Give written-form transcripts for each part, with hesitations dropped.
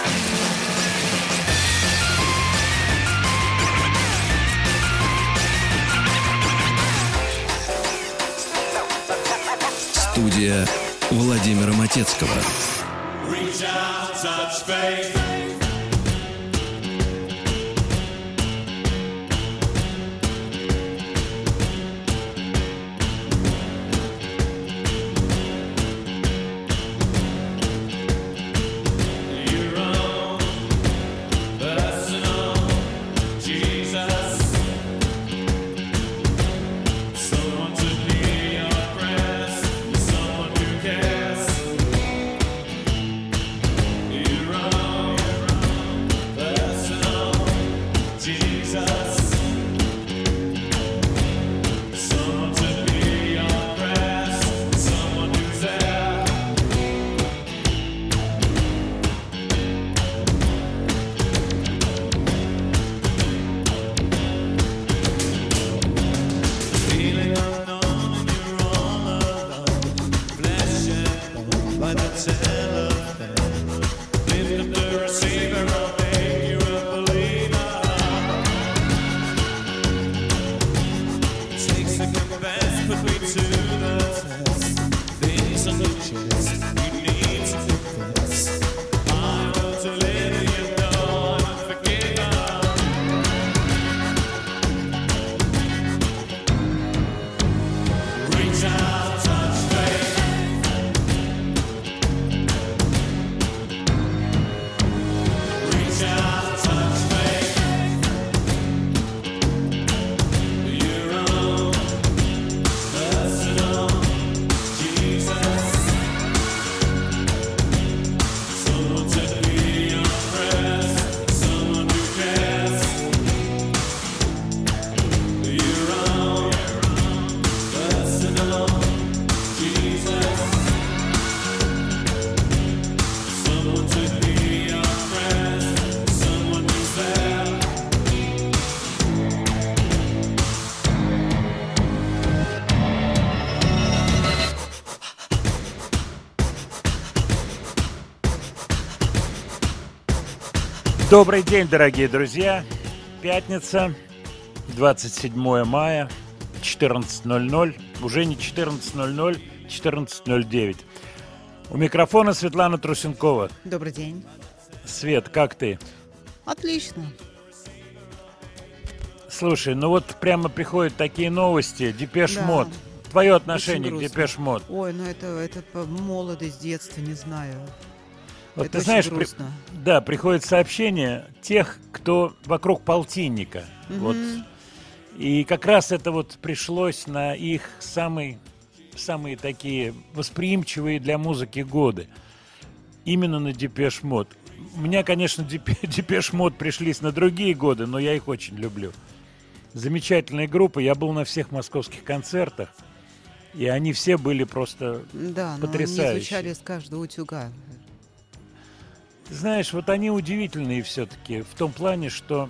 Студия Владимира Матецкого. Добрый день, дорогие друзья. Пятница, 27 мая, 14:00. Уже не 14:00, 14:09. У микрофона Светлана Трусенкова. Добрый день. Свет, как ты? Отлично. Слушай, ну вот прямо приходят такие новости. Депеш Мод. Твое отношение к Депеш Мод. Ой, ну это молодость, детство, не знаю. Вот это ты знаешь, приходит сообщение тех, кто вокруг полтинника. Вот. И как раз это вот пришлось на их самые такие восприимчивые для музыки годы. Именно на Депеш Мод. У меня, конечно, Депеш Мод пришлись на другие годы, но я их очень люблю. Замечательная группа. Я был на всех московских концертах, и они все были просто потрясающие. Они звучали с каждого утюга. Знаешь, вот они удивительные все-таки в том плане, что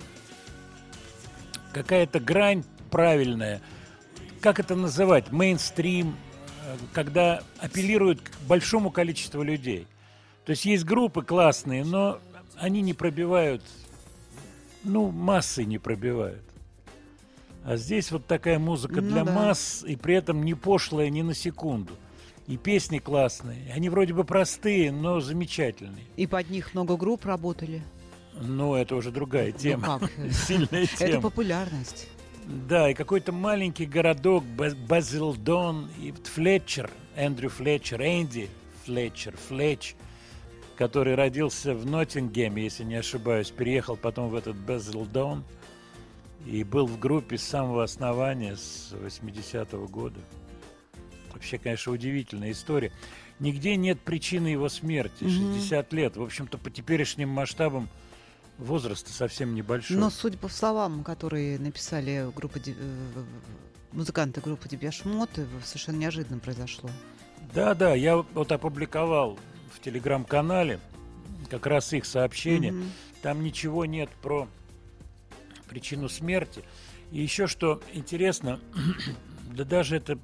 какая-то грань правильная, как это называть, мейнстрим, когда апеллируют к большому количеству людей. То есть есть группы классные, но они не пробивают, массы не пробивают. А здесь вот такая музыка для масс, и при этом не пошлая ни на секунду. И песни классные. Они вроде бы простые, но замечательные. И под них много групп работали. Ну, это уже другая тема. Сильная тема. Это популярность. Да, и какой-то маленький городок Базилдон, и Флетчер, Эндрю Флетчер, Энди Флетчер, Флетч, который родился в Ноттингеме, если не ошибаюсь, переехал потом в этот Базилдон и был в группе с самого основания, с 80-го года. Вообще, конечно, удивительная история. Нигде нет причины его смерти. 60 лет. В общем-то, по теперешним масштабам возраст совсем небольшой. Но, судя по словам, которые написали музыканты группы Депеш Мод, совершенно неожиданно произошло. Да, я вот опубликовал в телеграм-канале как раз их сообщение. Там ничего нет про причину смерти. И еще что интересно, да даже это,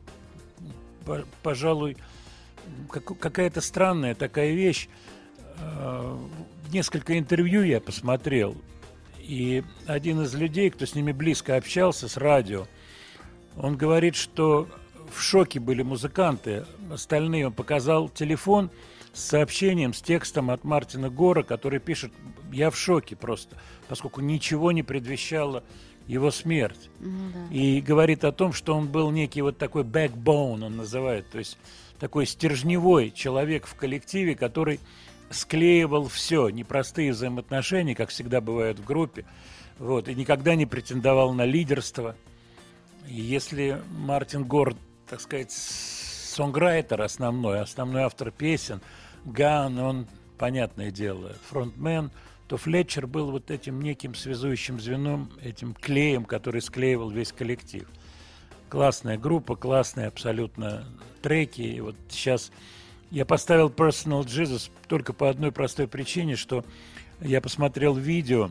пожалуй, какая-то странная такая вещь. несколько интервью я посмотрел, и один из людей, кто с ними близко общался, с радио, он говорит, что в шоке были музыканты. Остальные, он показал телефон с сообщением, с текстом от Мартина Гора, который пишет: «Я в шоке просто, поскольку ничего не предвещало его смерть». Да. И говорит о том, что он был некий вот такой backbone, он называет, то есть такой стержневой человек в коллективе, который склеивал все, непростые взаимоотношения, как всегда бывает в группе, вот, и никогда не претендовал на лидерство. И если Мартин Гор, так сказать, сонграйтер основной автор песен, Ган, он, понятное дело, фронтмен, то Флетчер был вот этим неким связующим звеном, этим клеем, который склеивал весь коллектив. Классная группа, классные абсолютно треки. И вот сейчас я поставил Personal Jesus только по одной простой причине, что я посмотрел видео,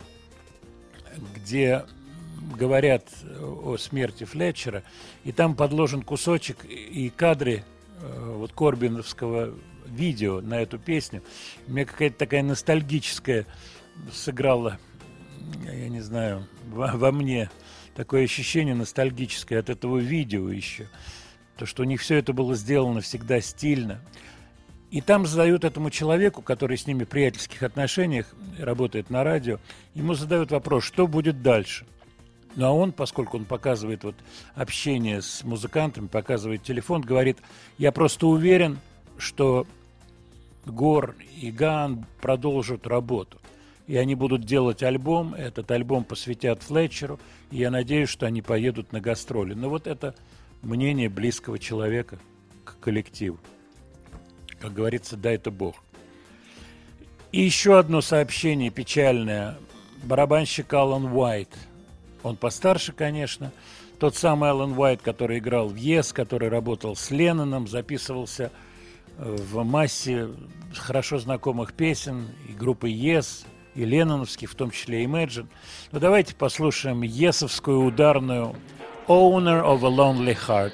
где говорят о смерти Флетчера, и там подложен кусочек и кадры вот корбиновского видео на эту песню. У меня какая-то такая ностальгическая сыграла, я не знаю, во мне такое ощущение ностальгическое от этого видео еще. То, что у них все это было сделано всегда стильно. И там задают этому человеку, который с ними в приятельских отношениях, работает на радио, ему задают вопрос, что будет дальше. Ну а он, поскольку он показывает вот общение с музыкантами, показывает телефон, говорит: я просто уверен, что Гор и Ган продолжат работу. И они будут делать альбом, этот альбом посвятят Флетчеру, и я надеюсь, что они поедут на гастроли. Но вот это мнение близкого человека к коллективу. Как говорится, дай-то Бог. И еще одно сообщение печальное. Барабанщик Алан Уайт. Он постарше, конечно. Тот самый Алан Уайт, который играл в Yes, который работал с Ленноном, записывался в массе хорошо знакомых песен и группы Yes, и ленноновских, в том числе Imagine. Но давайте послушаем есовскую ударную «Owner of a Lonely Heart».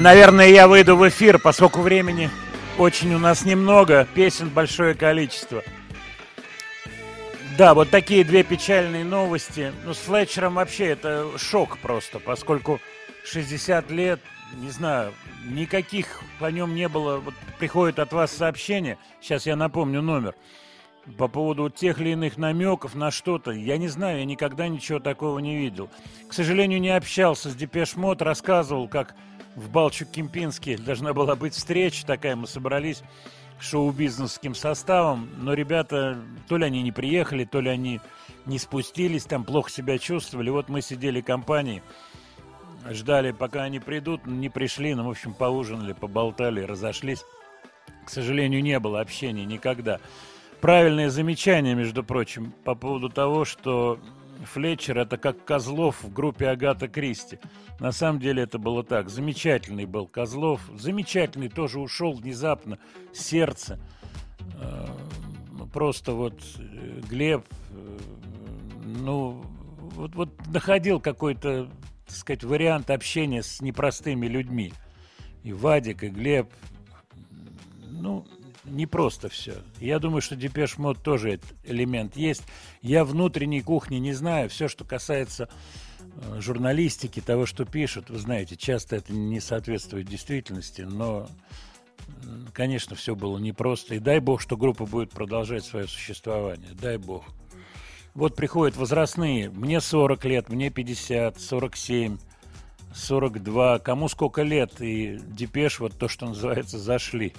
Наверное, я выйду в эфир, поскольку времени очень у нас немного, песен большое количество. Да, вот такие две печальные новости. Ну, с Флетчером вообще это шок просто, поскольку 60 лет, не знаю, никаких по нем не было. Вот приходит от вас сообщение, сейчас я напомню номер, по поводу тех или иных намеков на что-то. Я не знаю, я никогда ничего такого не видел. К сожалению, не общался с Депеш Мод, рассказывал, как в Балчуг-Кемпинске должна была быть встреча такая, мы собрались шоу-бизнесским составом, но ребята, то ли они не приехали, то ли они не спустились, там плохо себя чувствовали. Вот мы сидели компанией, ждали, пока они придут, не пришли, ну, в общем, поужинали, поболтали, разошлись. К сожалению, не было общения никогда. Правильное замечание, между прочим, по поводу того, что Флетчер — это как Козлов в группе Агата Кристи. На самом деле это было так. Замечательный был Козлов. Замечательный, тоже ушел внезапно. Сердце. Просто вот Глеб, ну, вот находил какой-то, так сказать, вариант общения с непростыми людьми. И Вадик, и Глеб. Ну, не просто все. Я думаю, что Депеш Мод тоже этот элемент есть. Я внутренней кухни не знаю. Все, что касается журналистики, того, что пишут, вы знаете, часто это не соответствует действительности, но, конечно, все было непросто. И дай бог, что группа будет продолжать свое существование. Дай бог. Вот приходят возрастные. Мне 40 лет, мне 50, 47, 42. Кому сколько лет. И Депеш, вот то, что называется, зашли.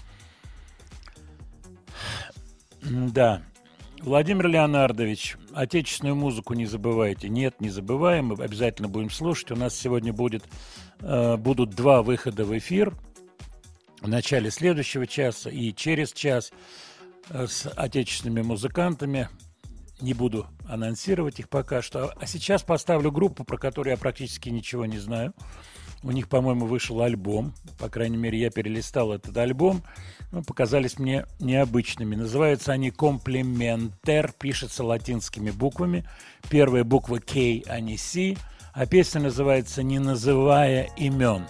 Да. Владимир Леонардович, отечественную музыку не забывайте. Нет, не забываем, мы обязательно будем слушать. У нас сегодня будут 2 выхода в эфир в начале следующего часа и через час с отечественными музыкантами. Не буду анонсировать их пока что. А сейчас поставлю группу, про которую я практически ничего не знаю. У них, по-моему, вышел альбом. По крайней мере, я перелистал этот альбом. Ну, показались мне необычными. Называются они «Комплиментер», пишется латинскими буквами. Первая буква K, а не C. А песня называется «Не называя имен».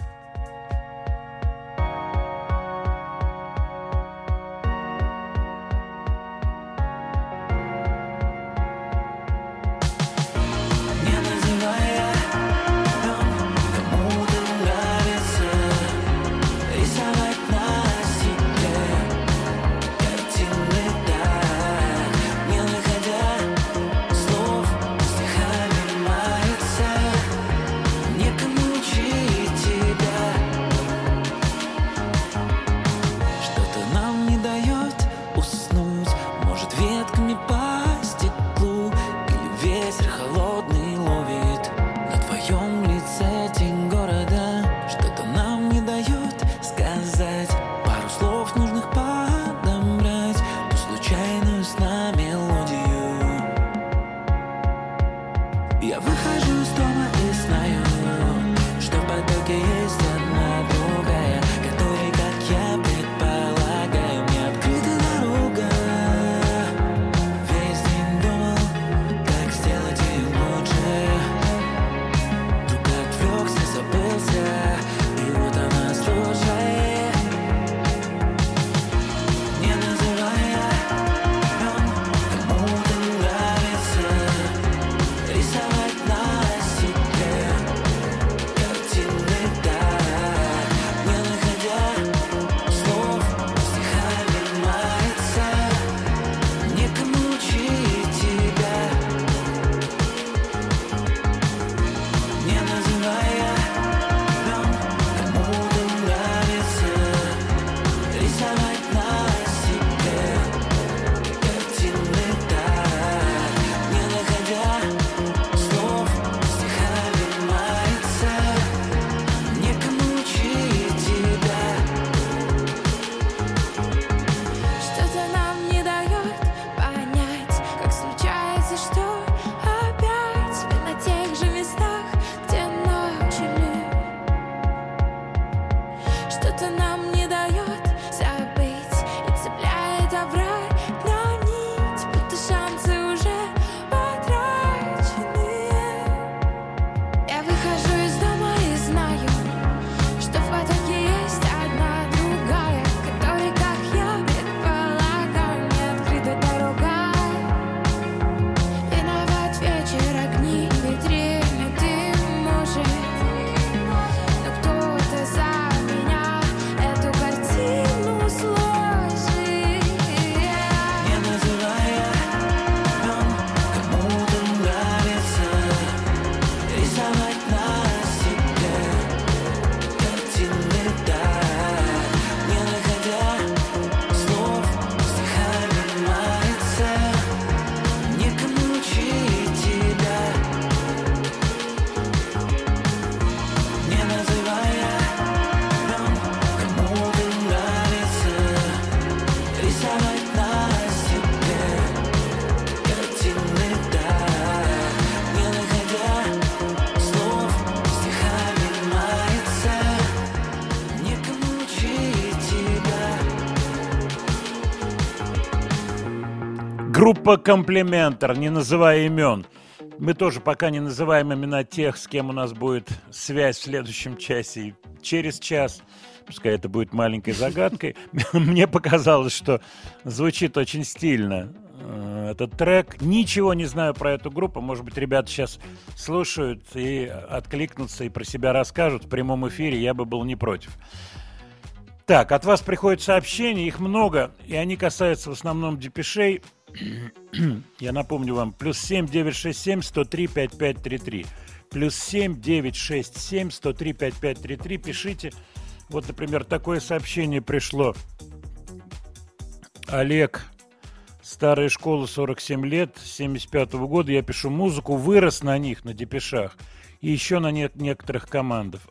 Некому учить тебя. Группа «Комплиментар», не называя имен. Мы тоже пока не называем имена тех, с кем у нас будет связь в следующем часе и через час. Пускай это будет маленькой загадкой. Мне показалось, что звучит очень стильно этот трек. Ничего не знаю про эту группу. Может быть, ребята сейчас слушают и откликнутся и про себя расскажут в прямом эфире. Я бы был не против. Так, от вас приходят сообщения, их много, и они касаются в основном депешей. Я напомню вам, +7 967 103 5533. +7 967 103 5533. Пишите. Вот, например, такое сообщение пришло. Олег, старая школа, 47 лет, с 75-го года. Я пишу музыку, вырос на них, на депешах. И еще на некоторых командах.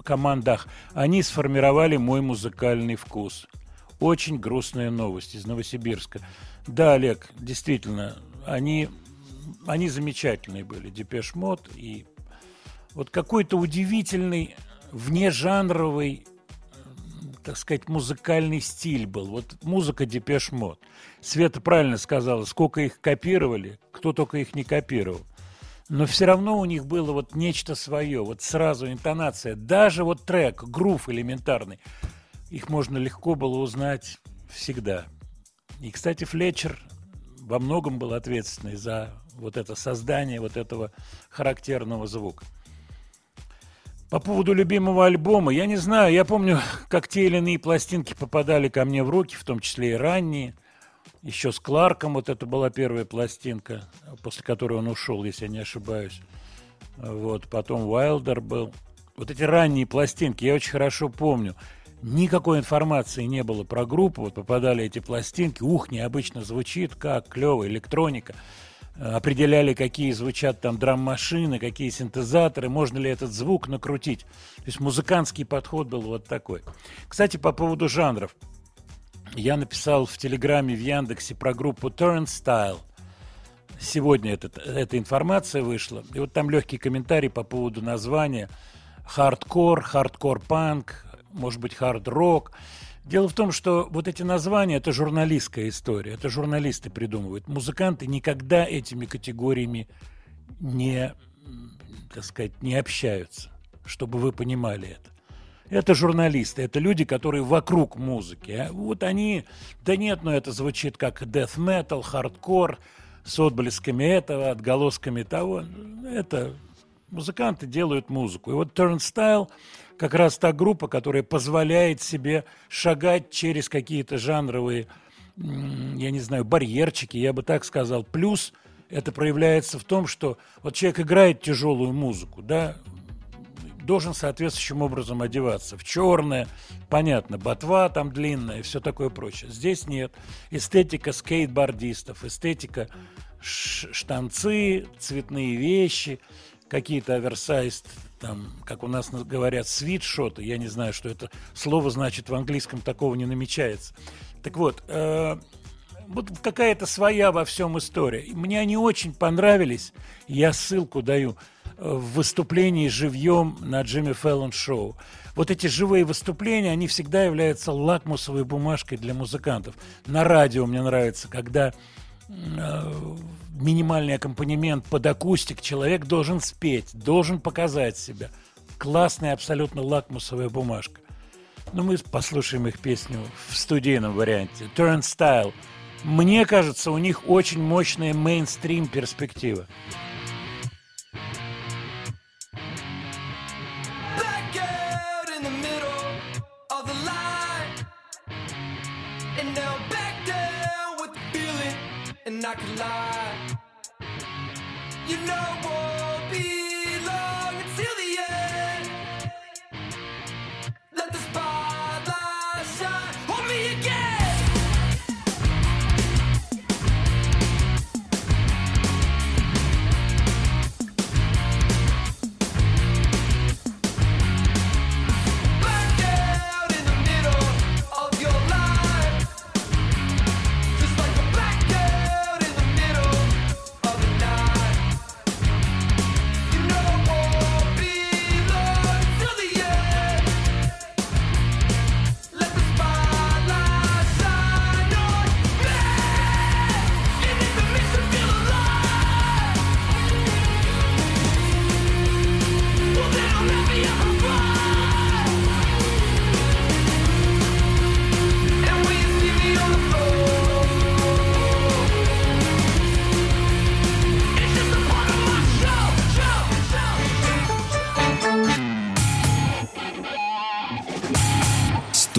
Они сформировали мой музыкальный вкус. Очень грустная новость из Новосибирска. Да, Олег, действительно, они замечательные были, Депеш Мод. И вот какой-то удивительный, внежанровый, так сказать, музыкальный стиль был. Вот музыка Депеш Мод. Света правильно сказала, сколько их копировали, кто только их не копировал. Но все равно у них было вот нечто свое, вот сразу интонация. Даже вот трек, грув элементарный, их можно легко было узнать всегда. И, кстати, Флетчер во многом был ответственный за вот это создание вот этого характерного звука. По поводу любимого альбома, я не знаю, я помню, как те или иные пластинки попадали ко мне в руки, в том числе и ранние. Еще с Кларком, вот это была первая пластинка, после которой он ушел, если я не ошибаюсь. Вот, потом Уайлдер был. Вот эти ранние пластинки я очень хорошо помню. Никакой информации не было про группу, вот попадали эти пластинки, необычно звучит, как клево, электроника. Определяли, какие звучат там драм-машины, какие синтезаторы, можно ли этот звук накрутить. То есть музыкантский подход был вот такой. Кстати, по поводу жанров. Я написал в Телеграме, в Яндексе про группу Turnstile. Сегодня эта информация вышла. И вот там легкий комментарий по поводу названия. Хардкор-панк, может быть, хард-рок. Дело в том, что вот эти названия – это журналистская история. Это журналисты придумывают. Музыканты никогда этими категориями не, так сказать, не общаются, чтобы вы понимали это. Это журналисты, это люди, которые вокруг музыки. А вот они, да нет, но это звучит как death metal, хардкор, с отблесками этого, отголосками того. Это музыканты делают музыку. И вот Turnstile как раз та группа, которая позволяет себе шагать через какие-то жанровые, я не знаю, барьерчики, я бы так сказал. Плюс это проявляется в том, что вот человек играет тяжелую музыку, да, должен соответствующим образом одеваться. В черное, понятно, ботва там длинная и все такое прочее. Здесь нет. Эстетика скейтбордистов, эстетика штанцы, цветные вещи, какие-то оверсайз, там, как у нас говорят, свитшоты. Я не знаю, что это слово значит в английском, такого не намечается. Так вот, вот какая-то своя во всем история. Мне они очень понравились. Я ссылку даю в выступлении живьем на Джимми Фэллон шоу. Вот эти живые выступления, они всегда являются лакмусовой бумажкой для музыкантов. На радио мне нравится, когда минимальный аккомпанемент под акустик, человек должен спеть, должен показать себя. Классная абсолютно лакмусовая бумажка. Но мы послушаем их песню в студийном варианте. Turnstile. Мне кажется, у них очень мощная мейнстрим перспектива. I could lie, you know won't be long until the end. Let the spotlight shine on me again. Black out in the middle of your life, just like a blackout in the middle of the night.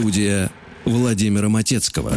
Студия Владимира Матецкого.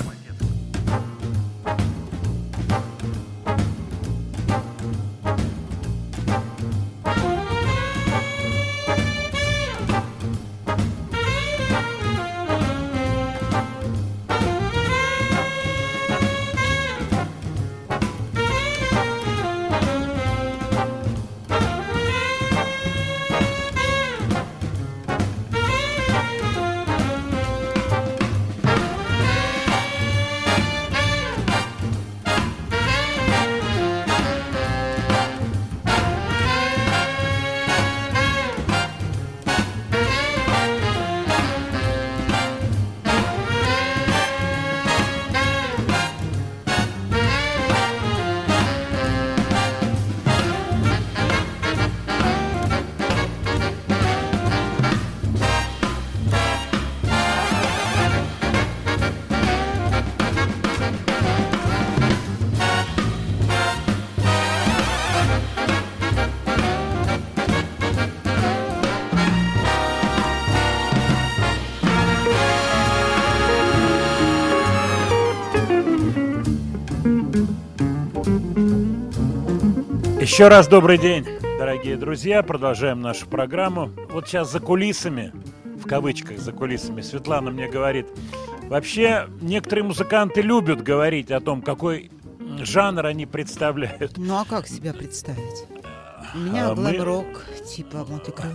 Еще раз добрый день, дорогие друзья. Продолжаем нашу программу. Вот сейчас за кулисами, в кавычках за кулисами, Светлана мне говорит, вообще некоторые музыканты любят говорить о том, какой жанр они представляют. Ну а как себя представить? У меня глэм-рок типа Мотли Крю.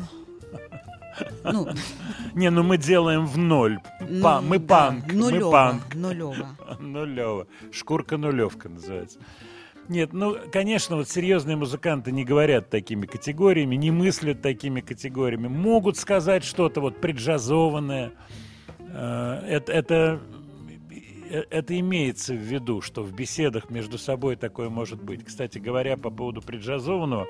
Ну мы делаем в ноль. Мы панк. Нулево. Шкурка нулевка называется. Нет, конечно, вот серьезные музыканты не говорят такими категориями, не мыслят такими категориями. Могут сказать что-то вот преджазованное. Это имеется в виду, что в беседах между собой такое может быть. Кстати говоря, по поводу преджазованного,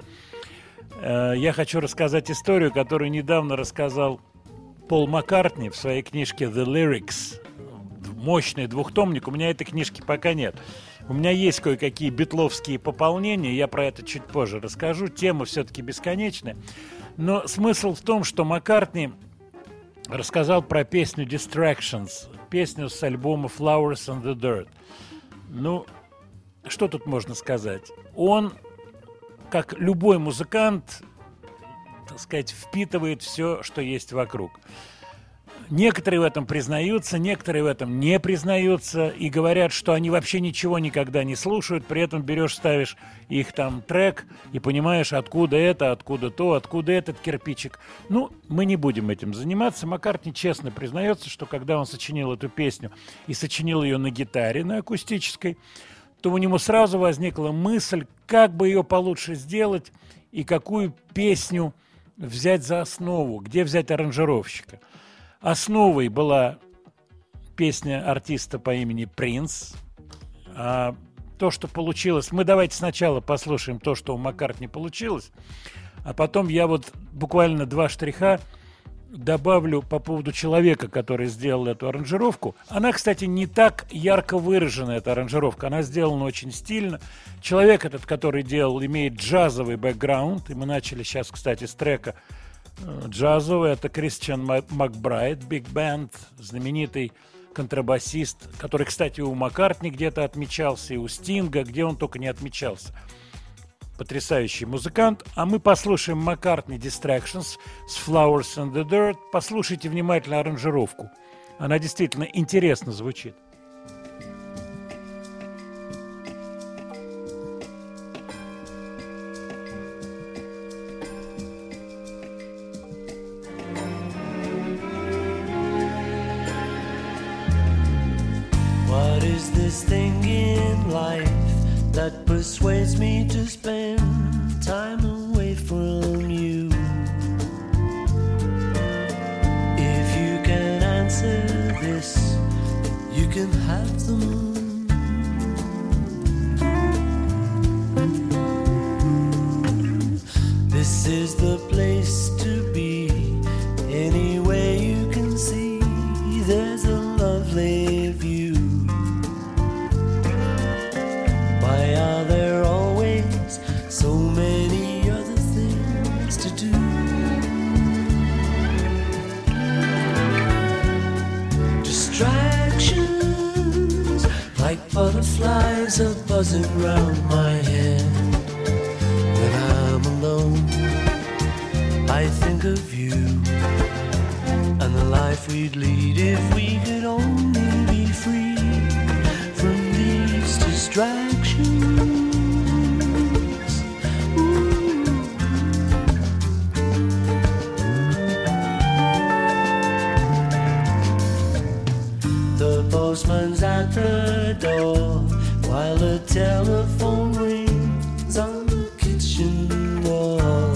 я хочу рассказать историю, которую недавно рассказал Пол Маккартни в своей книжке «The Lyrics». Мощный двухтомник. У меня этой книжки пока нет. У меня есть кое-какие битловские пополнения, я про это чуть позже расскажу. Тема все-таки бесконечная. Но смысл в том, что Маккартни рассказал про песню «Distractions», песню с альбома «Flowers on the Dirt». Ну, что тут можно сказать? Он, как любой музыкант, так сказать, впитывает все, что есть вокруг. Некоторые в этом признаются, некоторые в этом не признаются и говорят, что они вообще ничего никогда не слушают, при этом берешь, ставишь их там трек и понимаешь, откуда это, откуда то, откуда этот кирпичик. Мы не будем этим заниматься. Маккартни честно признается, что когда он сочинил эту песню и сочинил ее на гитаре, на акустической, то у него сразу возникла мысль, как бы ее получше сделать и какую песню взять за основу, где взять аранжировщика. Основой была песня артиста по имени Принц. А то, что получилось... Мы давайте сначала послушаем то, что у Маккартни получилось, а потом я вот буквально 2 штриха добавлю по поводу человека, который сделал эту аранжировку. Она, кстати, не так ярко выражена, эта аранжировка. Она сделана очень стильно. Человек этот, который делал, имеет джазовый бэкграунд. И мы начали сейчас, кстати, с трека джазовый. Это Кристиан Макбрайт, биг-бенд, знаменитый контрабасист, который, кстати, у Маккартни где-то отмечался, и у Стинга, где он только не отмечался. Потрясающий музыкант. А мы послушаем Маккартни «Distractions» с «Flowers on the Dirt». Послушайте внимательно аранжировку. Она действительно интересно звучит. What is this thing in life that persuades me to spend time away from you? If you can answer this, you can have the moon. This is the place to be. Anyway you can see, there's a lovely view. Why are there always so many other things to do? Just butterflies are buzzing round my head. When I'm alone, I think of you and the life we'd lead if we could only be free from these distractions. Ooh. The postman's at the door while the telephone rings on the kitchen wall.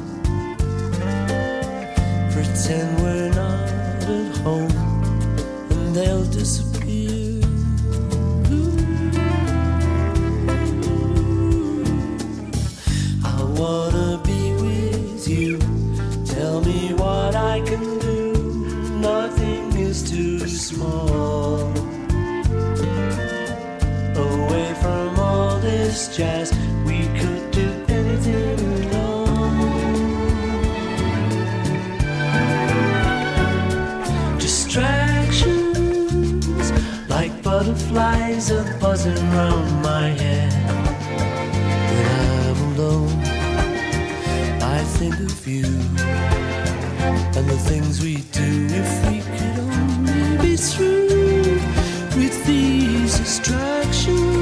Pretend we're not at home and they'll disappear. Ooh. I wanna be with you. Tell me what I can do. Nothing is too small. Away from all this jazz, we could do anything alone. Distractions, like butterflies are buzzing round my head. When I'm alone, I think of you and the things we do if we could only be through with these distractions.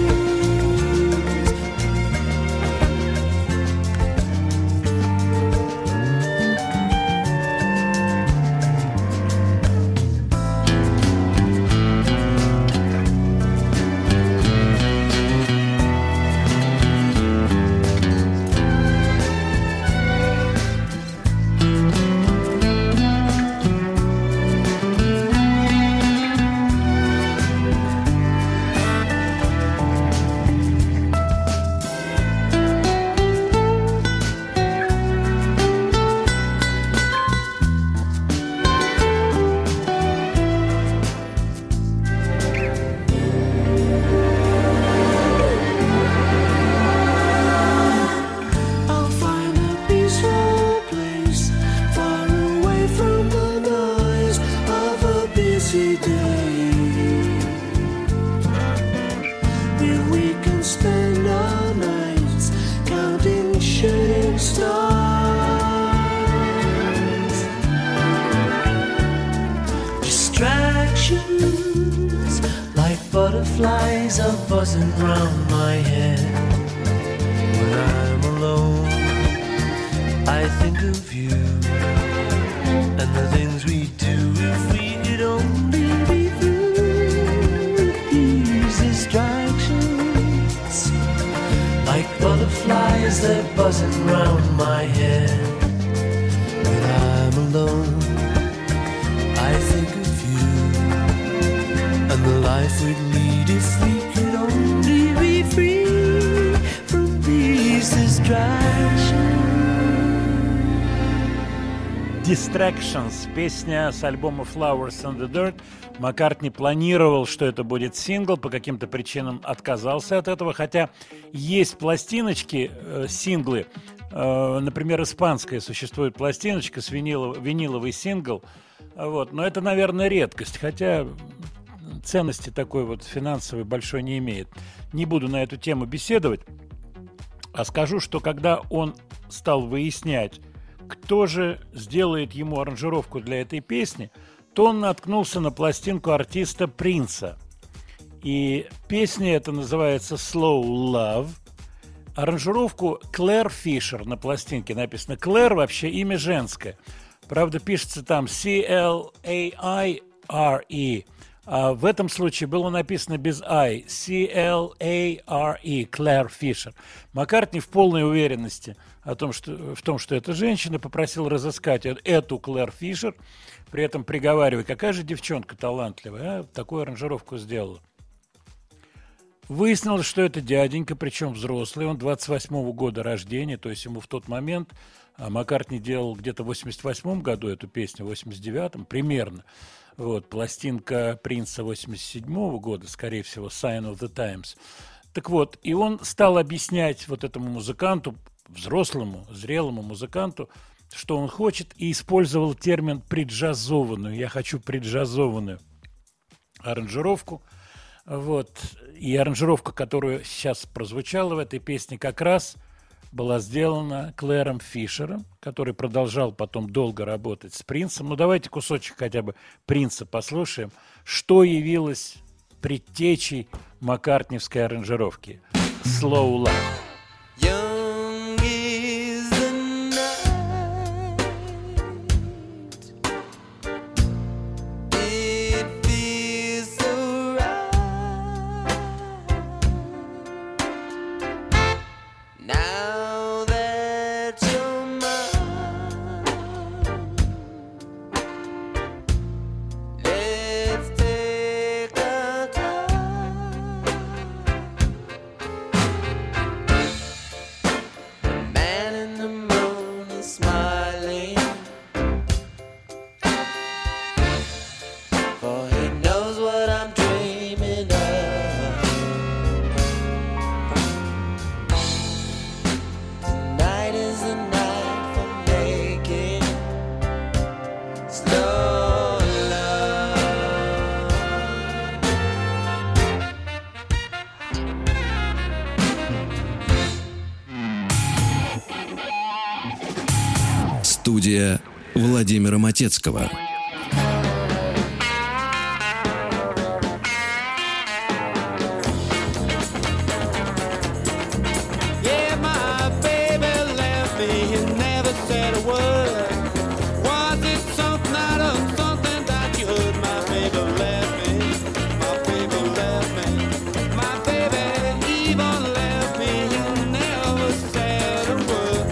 Butterflies are buzzing round my head. When I'm alone, I think of you and the things we do if we could only be through these distractions. Like butterflies, they're buzzing round my head. When I'm alone, I think of you and the life we'd lead if we could only be free from these distractions. Distractions, песня с альбома Flowers in the Dirt. Маккартни планировал, что это будет сингл, по каким-то причинам отказался от этого, хотя есть пластиночки, синглы, например, испанская существует пластиночка с виниловый сингл, вот, но это, наверное, редкость, хотя ценности такой вот финансовой большой не имеет. Не буду на эту тему беседовать, а скажу, что когда он стал выяснять, кто же сделает ему аранжировку для этой песни, то он наткнулся на пластинку артиста Принца. И песня эта называется «Slow Love». Аранжировку Клэр Фишер на пластинке написано. Клэр вообще имя женское. Правда, пишется там C-L-A-I-R-E. А в этом случае было написано без I. C-L-A-R-E. Клэр Фишер. Маккартни в полной уверенности в том, что это женщина, попросил разыскать эту Клэр Фишер, при этом приговаривая, какая же девчонка талантливая, а? Такую аранжировку сделала. Выяснилось, что это дяденька, причем взрослый, он 28-го года рождения, то есть ему в тот момент, Маккартни делал где-то в 88-м году эту песню, в 89-м примерно. Вот, пластинка Принца 87-го года, скорее всего, Sign of the Times. Так вот, и он стал объяснять вот этому музыканту, взрослому, зрелому музыканту, что он хочет, и использовал термин «преджазованную». Я хочу преджазованную аранжировку. Вот. И аранжировка, которая сейчас прозвучала в этой песне, как раз была сделана Клэром Фишером, который продолжал потом долго работать с Принсом. Ну, давайте кусочек хотя бы Принса послушаем, что явилось предтечей маккартневской аранжировки. Slow Love. Young is the night, it feels so right. Now that you're mine, let's take our time. Man in the moon is smiling, for he knows what I'm dreaming of. Tonight is the night for making slow love. Студия Владимира Матецкого. Yeah, my baby left me and never said a word. Was it something out of something that you heard? My baby left me. My baby left me. My baby even left me and never said a word.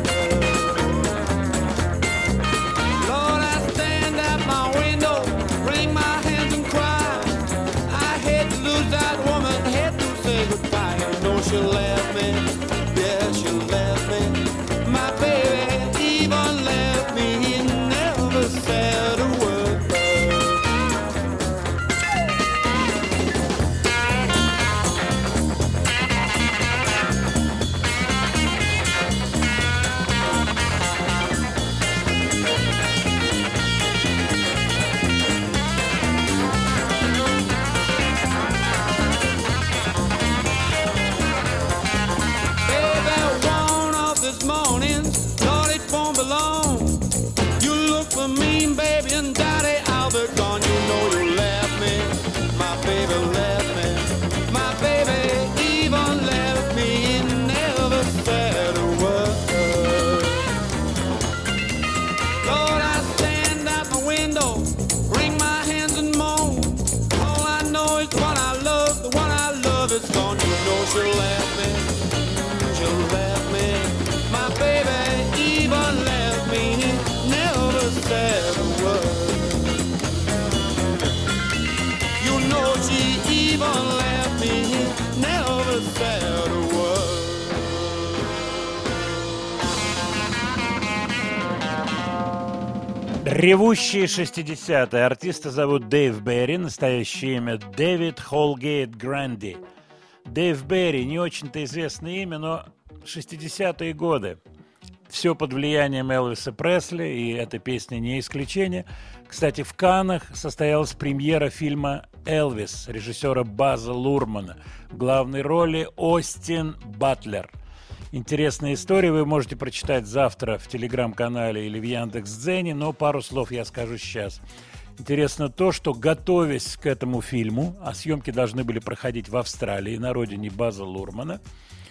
Lord, I stand at my window, wring my hands and cry. I hate to lose that woman, hate to say goodbye. I know she left me, yeah, she left me. My baby even left me, he never said a word. Baby, one of this morning, Lord, it won't be long. You look for me, baby, and daddy, I'll be gone. You know you left me, my baby left me. My baby even left me and never said a word. Lord, I stand at my window, wring my hands and moan. All I know is what I love, the one I love is gone. You know she left me, she left me. My baby even left me, never said a word. You know she even left me, never said a word. Ревущие 60-е. Артиста зовут Дэйв Берри, настоящее имя Дэвид Холгейт Гранди. Дэйв Берри, не очень-то известное имя, но 60-е годы. Все под влиянием Элвиса Пресли, и эта песня не исключение. Кстати, в Каннах состоялась премьера фильма «Элвис» режиссера База Лурмана. В главной роли Остин Батлер. Интересная история вы можете прочитать завтра в Телеграм-канале или в Яндекс.Дзене, но пару слов я скажу сейчас. Интересно то, что, готовясь к этому фильму, а съемки должны были проходить в Австралии, на родине База Лурмана,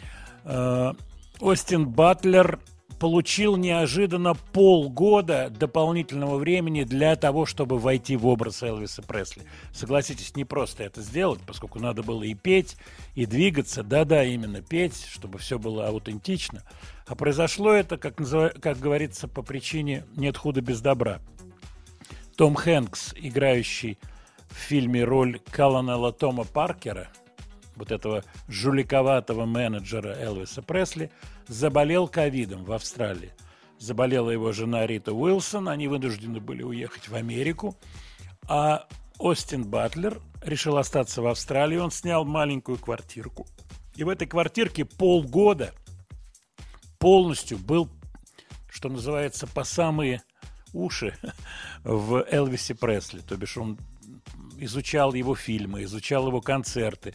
Остин Батлер получил неожиданно полгода дополнительного времени для того, чтобы войти в образ Элвиса Пресли. Согласитесь, не просто это сделать, поскольку надо было и петь, и двигаться. Да-да, именно петь, чтобы все было аутентично. А произошло это, как говорится, по причине «нет худа без добра». Том Хэнкс, играющий в фильме роль колонела Тома Паркера, вот этого жуликоватого менеджера Элвиса Пресли, заболел ковидом в Австралии. Заболела его жена Рита Уилсон, они вынуждены были уехать в Америку, а Остин Батлер решил остаться в Австралии, он снял маленькую квартирку. И в этой квартирке полгода полностью был, что называется, по самые уши в Элвисе Пресли. То бишь он изучал его фильмы, изучал его концерты,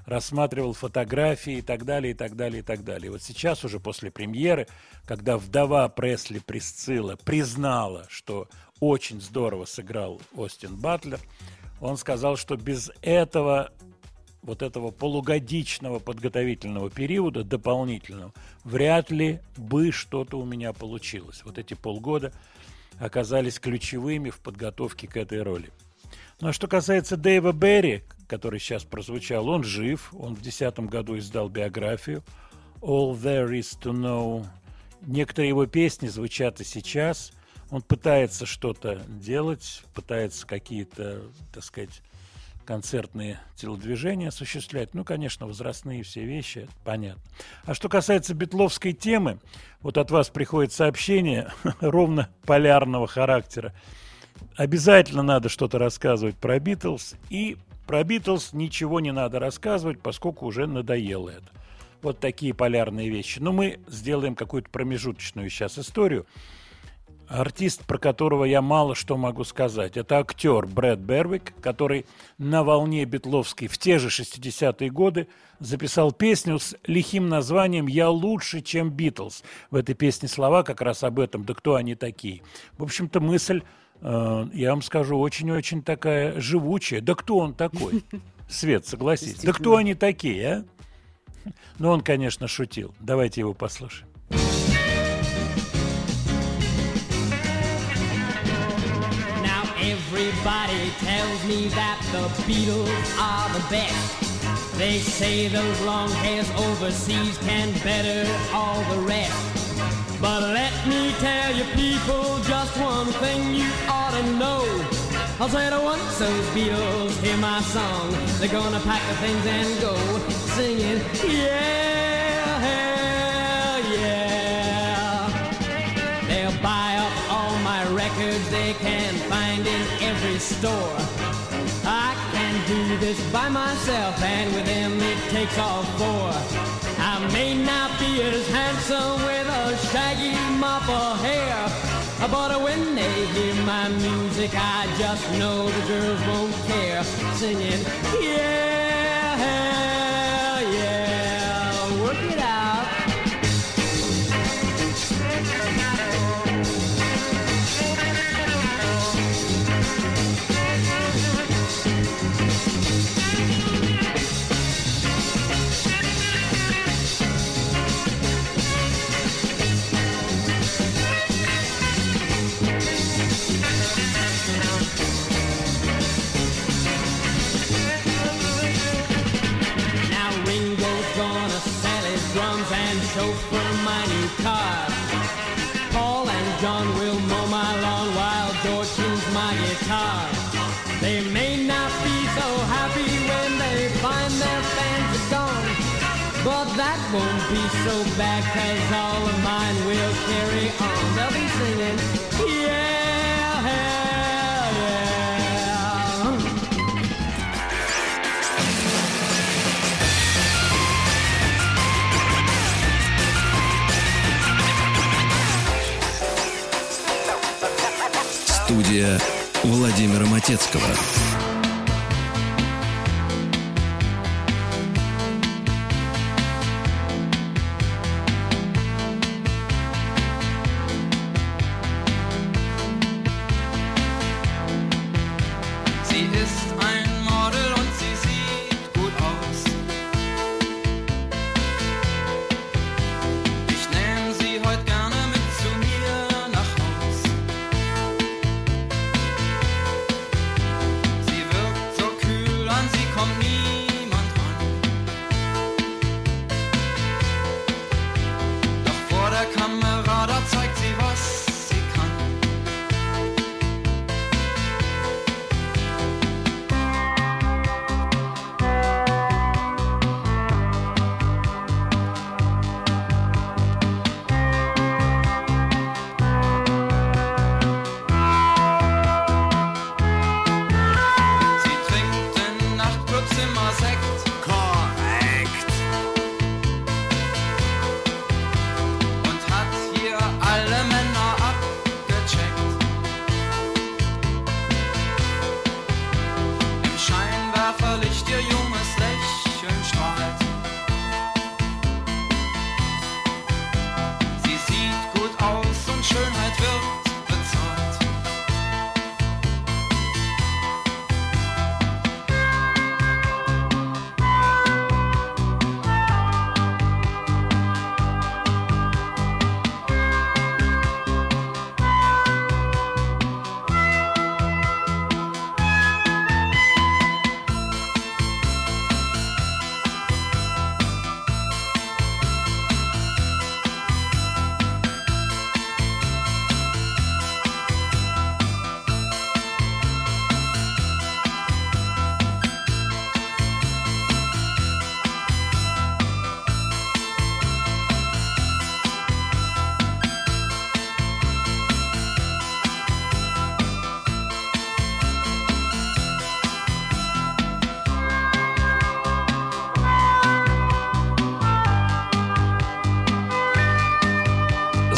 рассматривал фотографии и так далее, и так далее, и так далее. Вот сейчас уже после премьеры, когда вдова Пресли Присцилла признала, что очень здорово сыграл Остин Батлер, он сказал, что без этого полугодичного подготовительного периода, дополнительного, вряд ли бы что-то у меня получилось. Вот эти полгода оказались ключевыми в подготовке к этой роли. Ну а что касается Дэйва Берри, который сейчас прозвучал, он жив, он в 2010 году издал биографию «All There Is To Know». Некоторые его песни звучат и сейчас. Он пытается что-то делать, пытается какие-то, так сказать, концертные телодвижения осуществлять. Ну, конечно, возрастные все вещи, это понятно. А что касается битловской темы, вот от вас приходит сообщение ровно полярного характера. Обязательно надо что-то рассказывать про Битлз, и про Битлз ничего не надо рассказывать, поскольку уже надоело это. Вот такие полярные вещи. Но мы сделаем какую-то промежуточную сейчас историю. Артист, про которого я мало что могу сказать, это актер Брэд Бервик, который на волне битловской в те же 60-е годы записал песню с лихим названием «Я лучше, чем Битлз». В этой песне слова как раз об этом, да кто они такие. В общем-то, мысль, я вам скажу, очень-очень такая живучая. Да кто он такой? Свет, согласись. Да кто они такие, а? Ну, он, конечно, шутил. Давайте его послушаем. Everybody tells me that the Beatles are the best. They say those long hairs overseas can better all the rest. But let me tell you people just one thing you ought to know. I'll say it once, those Beatles hear my song, they're gonna pack the things and go singing, yeah, hell yeah. They'll buy up all my records they can find in every store. I can do this by myself, and with them it takes all four. I may not be as handsome with a shaggy mop of hair, but when they hear my music, I just know the girls won't care. Singing, yeah, hell yeah, work it out. Chauffeur my new car. Paul and John will mow my lawn while George tunes my guitar. They may not be so happy when they find their fans are gone, but that won't be so bad, 'cause all of mine will carry on. They'll be singing, yeah, hell yeah. Студия Владимира Матецкого. Sie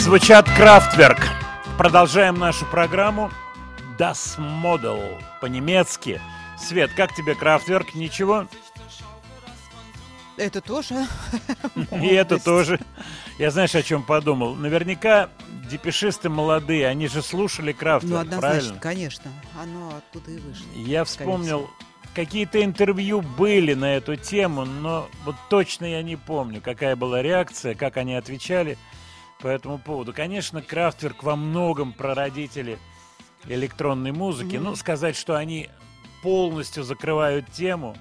Звучат Kraftwerk. Продолжаем нашу программу Das Model по-немецки. Свет, как тебе Kraftwerk? Ничего? Это тоже. И это тоже. Я знаешь, о чем подумал? Наверняка депешисты молодые, они же слушали Kraftwerk, Ну, однозначно, правильно? конечно. Оно оттуда и вышло. Я вспомнил, какие-то интервью были на эту тему, но вот точно я не помню, какая была реакция, как они отвечали по этому поводу. Конечно, Kraftwerk во многом прародители электронной музыки. Ну, сказать, что они полностью закрывают тему,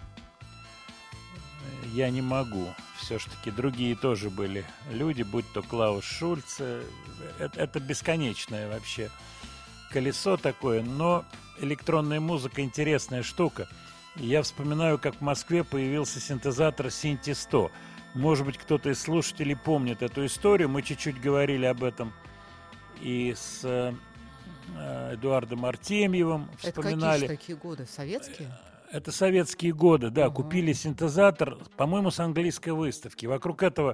я не могу. Все-таки другие тоже были люди, будь то Клаус Шульц. Это бесконечное вообще колесо такое, но электронная музыка интересная штука. И я вспоминаю, как в Москве появился синтезатор Synthi 100. Может быть, кто-то из слушателей помнит эту историю. Мы чуть-чуть говорили об этом и с Эдуардом Артемьевым. Вспоминали. Это какие же такие годы? Советские? Это советские годы, да. Купили синтезатор, по-моему, с английской выставки. Вокруг этого,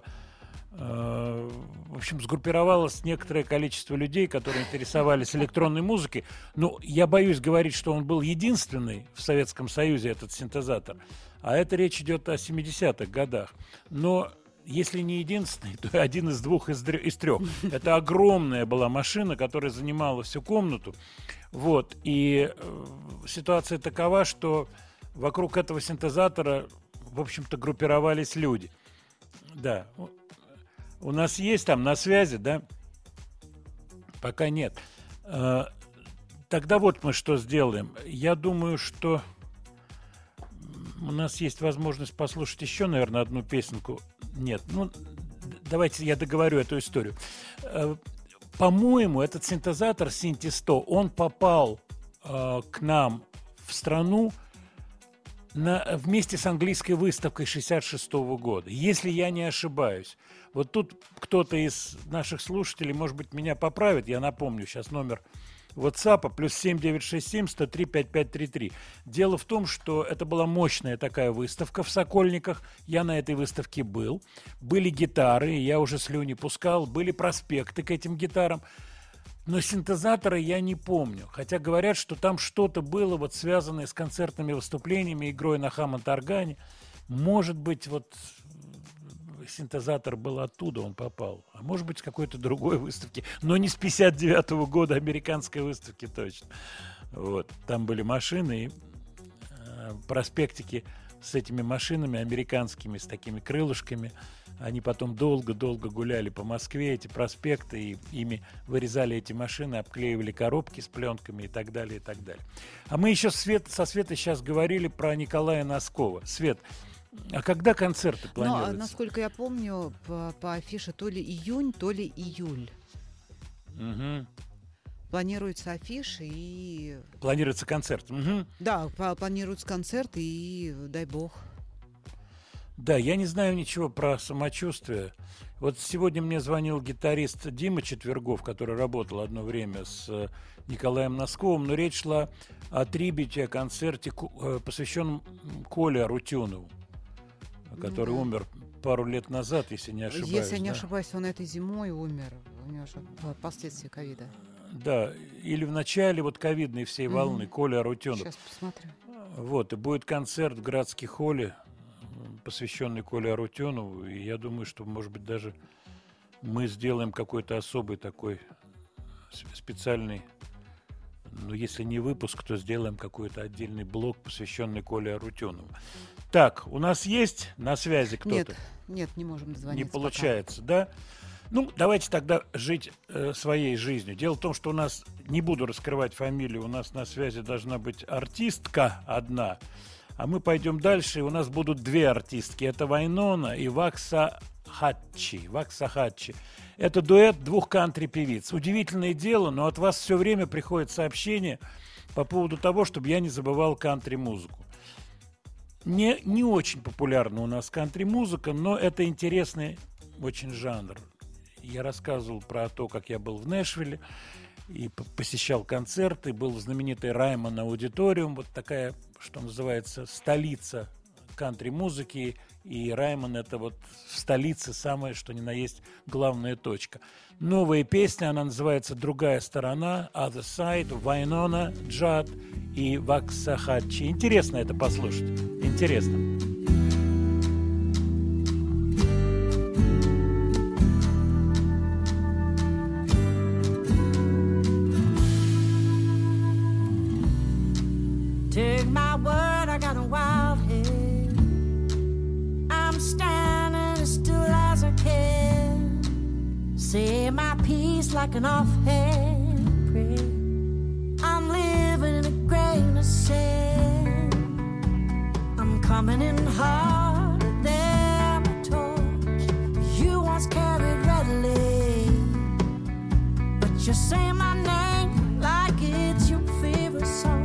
в общем, сгруппировалось некоторое количество людей, которые интересовались электронной музыкой. Но я боюсь говорить, что он был единственный в Советском Союзе, этот синтезатор. А это речь идет о 70-х годах. Но если не единственный, то один из двух, из трех. Это огромная была машина, которая занимала всю комнату. Вот. И ситуация такова, что вокруг этого синтезатора, в общем-то, группировались люди. Да. У нас есть там на связи, да? Пока нет. Тогда вот мы что сделаем. Я думаю, что у нас есть возможность послушать еще, наверное, одну песенку. Нет, ну, давайте я договорю эту историю. По-моему, этот синтезатор Synthi 100, он попал к нам в страну вместе с английской выставкой 1966 года, если я не ошибаюсь. Вот тут кто-то из наших слушателей, может быть, меня поправит, я напомню сейчас номер WhatsApp, +7 967 103 5533. Дело в том, что это была мощная такая выставка в Сокольниках. Я на этой выставке был. Были гитары, я уже слюни пускал. Были проспекты к этим гитарам. Но синтезатора я не помню. Хотя говорят, что там что-то было, вот связанное с концертными выступлениями, игрой на Хаммонд-органе. Может быть, вот синтезатор был оттуда, он попал. А может быть, с какой-то другой выставки. Но не с 59-го года, американской выставки точно. Вот. Там были машины и проспектики с этими машинами американскими, с такими крылышками. Они потом долго-долго гуляли по Москве, эти проспекты, и ими вырезали эти машины, обклеивали коробки с пленками и так далее, и так далее. А мы еще со Светой сейчас говорили про Николая Носкова. Свет, а когда концерты планируются? Ну, насколько я помню, по афише то ли июнь, то ли июль. Угу. Планируются афиши и... Планируется концерт. Угу. Да, планируются концерты и дай бог. Да, я не знаю ничего про самочувствие. Вот сегодня мне звонил гитарист Дима Четвергов, который работал одно время с Николаем Носковым, но речь шла о трибюте, о концерте, посвященном Коле Арутюнову, который умер пару лет назад, если не ошибаюсь. Если не ошибаюсь, он этой зимой умер. У него же последствия ковида. Да, или в начале вот ковидной всей волны Коля Арутюнов. Сейчас посмотрю. Вот, и будет концерт в Градский холле, посвященный Коле Арутюнову, и я думаю, что, может быть, даже мы сделаем какой-то особый такой специальный, ну, если не выпуск, то сделаем какой-то отдельный блок, посвященный Коле Арутюнову. Так, у нас есть на связи кто-то? Нет, не можем дозвониться. Не получается, да? Ну, давайте тогда жить своей жизнью. Дело в том, что у нас, не буду раскрывать фамилию, у нас на связи должна быть артистка одна, а мы пойдем дальше, и у нас будут две артистки. Это Вайнона и Вакса Хатчи. Это дуэт двух кантри-певиц. Удивительное дело, но от вас все время приходят сообщения по поводу того, чтобы я не забывал кантри-музыку. Не очень популярна у нас кантри-музыка, но это интересный очень жанр. Я рассказывал про то, как я был в Нэшвилле и посещал концерты, был в знаменитой Раймон Аудиториум, вот такая, что называется, столица кантри-музыки, и Раймон — это вот в столице самое, что ни на есть, главная точка. Новая песня, она называется «Другая сторона», «Other Side», Вайнона, Джад и Ваксахачи. Интересно это послушать, интересно. Take my word, I got a wild head. I'm standing as still as I can. Say my piece like an offhand prayer. I'm living in a grain of sand. I'm coming in harder than a torch you once carried readily. But you say my name like it's your favorite song.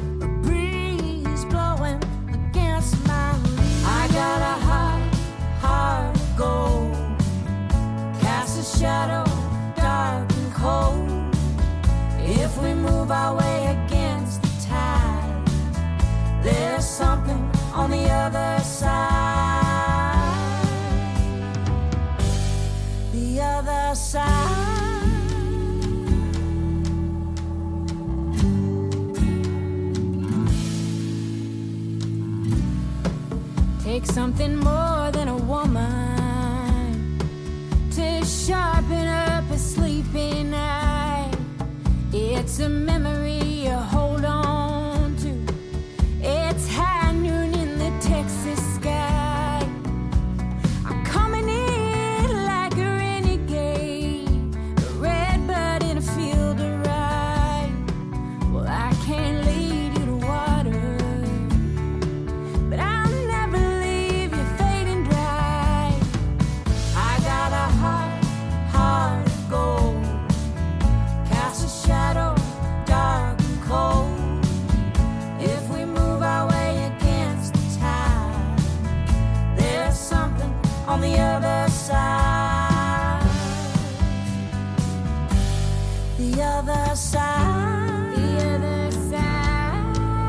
Blowing against my leaves. I got a heart of gold. Cast a shadow, dark and cold. If we move our way against the tide, there's something on the other side. The other side. Take something more than a woman to sharpen up a sleepy night. It's a memory you hold on to. It's high noon in the Texas sky. I'm coming in like a renegade, a redbud in a field of rye. Well, I can't lead you to water, but I'll never leave you fading dry. I got a heart of gold. Cast a shadow, dark and cold. If we move our way against the tide, there's something on the other side. The other side. The other side.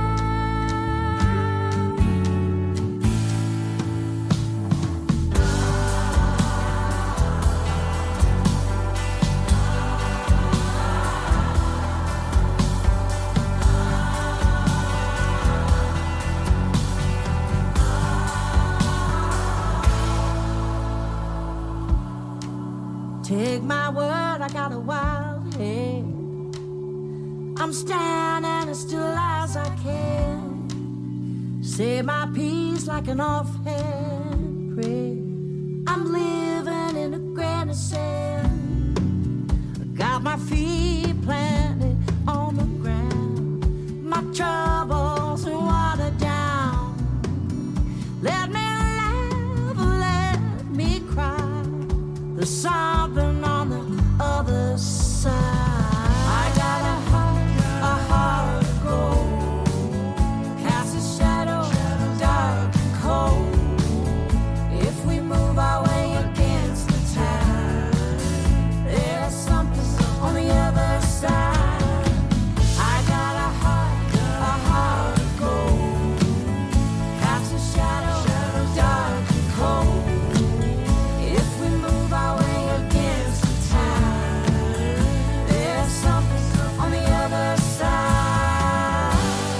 Take my word, I got a wild head. I'm standing as still as I can. Say my piece like an offhand prayer. I'm living in a grain of sand. I got my feet planted on the ground. My troubles are watered down. Let me laugh, let me cry. There's something on the other side. I got a heart of gold. Cast a shadow, dark and cold. If we move our way against the tide, there's something on the other side. I got a heart of gold. Cast a shadow, dark and cold. If we move our way against the tide, there's something on the other side.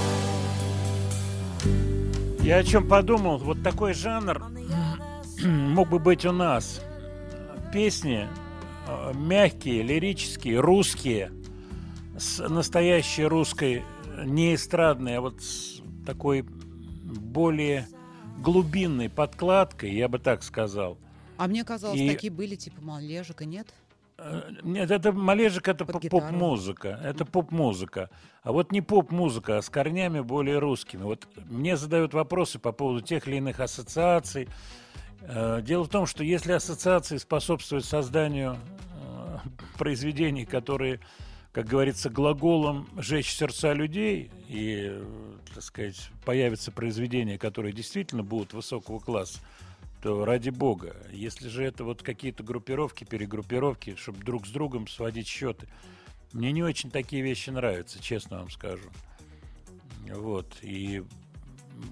Я о чем подумал, вот такой жанр мог бы быть у нас. Песни мягкие, лирические, русские, с настоящей русской, не эстрадной, а вот с такой более глубинной подкладкой, я бы так сказал. А мне казалось, И- такие были, типа Малежика, нет? Нет, это Малежик, это Под гитару. поп-музыка. Это поп-музыка. А вот не поп-музыка, а с корнями более русскими. Вот мне задают вопросы по поводу тех или иных ассоциаций. Дело в том, что если ассоциации способствуют созданию произведений, которые, как говорится, глаголом «жечь сердца людей», и, так сказать, появятся произведения, которые действительно будут высокого класса, то ради бога. Если же это вот какие-то группировки, перегруппировки, чтобы друг с другом сводить счеты, мне не очень такие вещи нравятся, честно вам скажу. Вот. И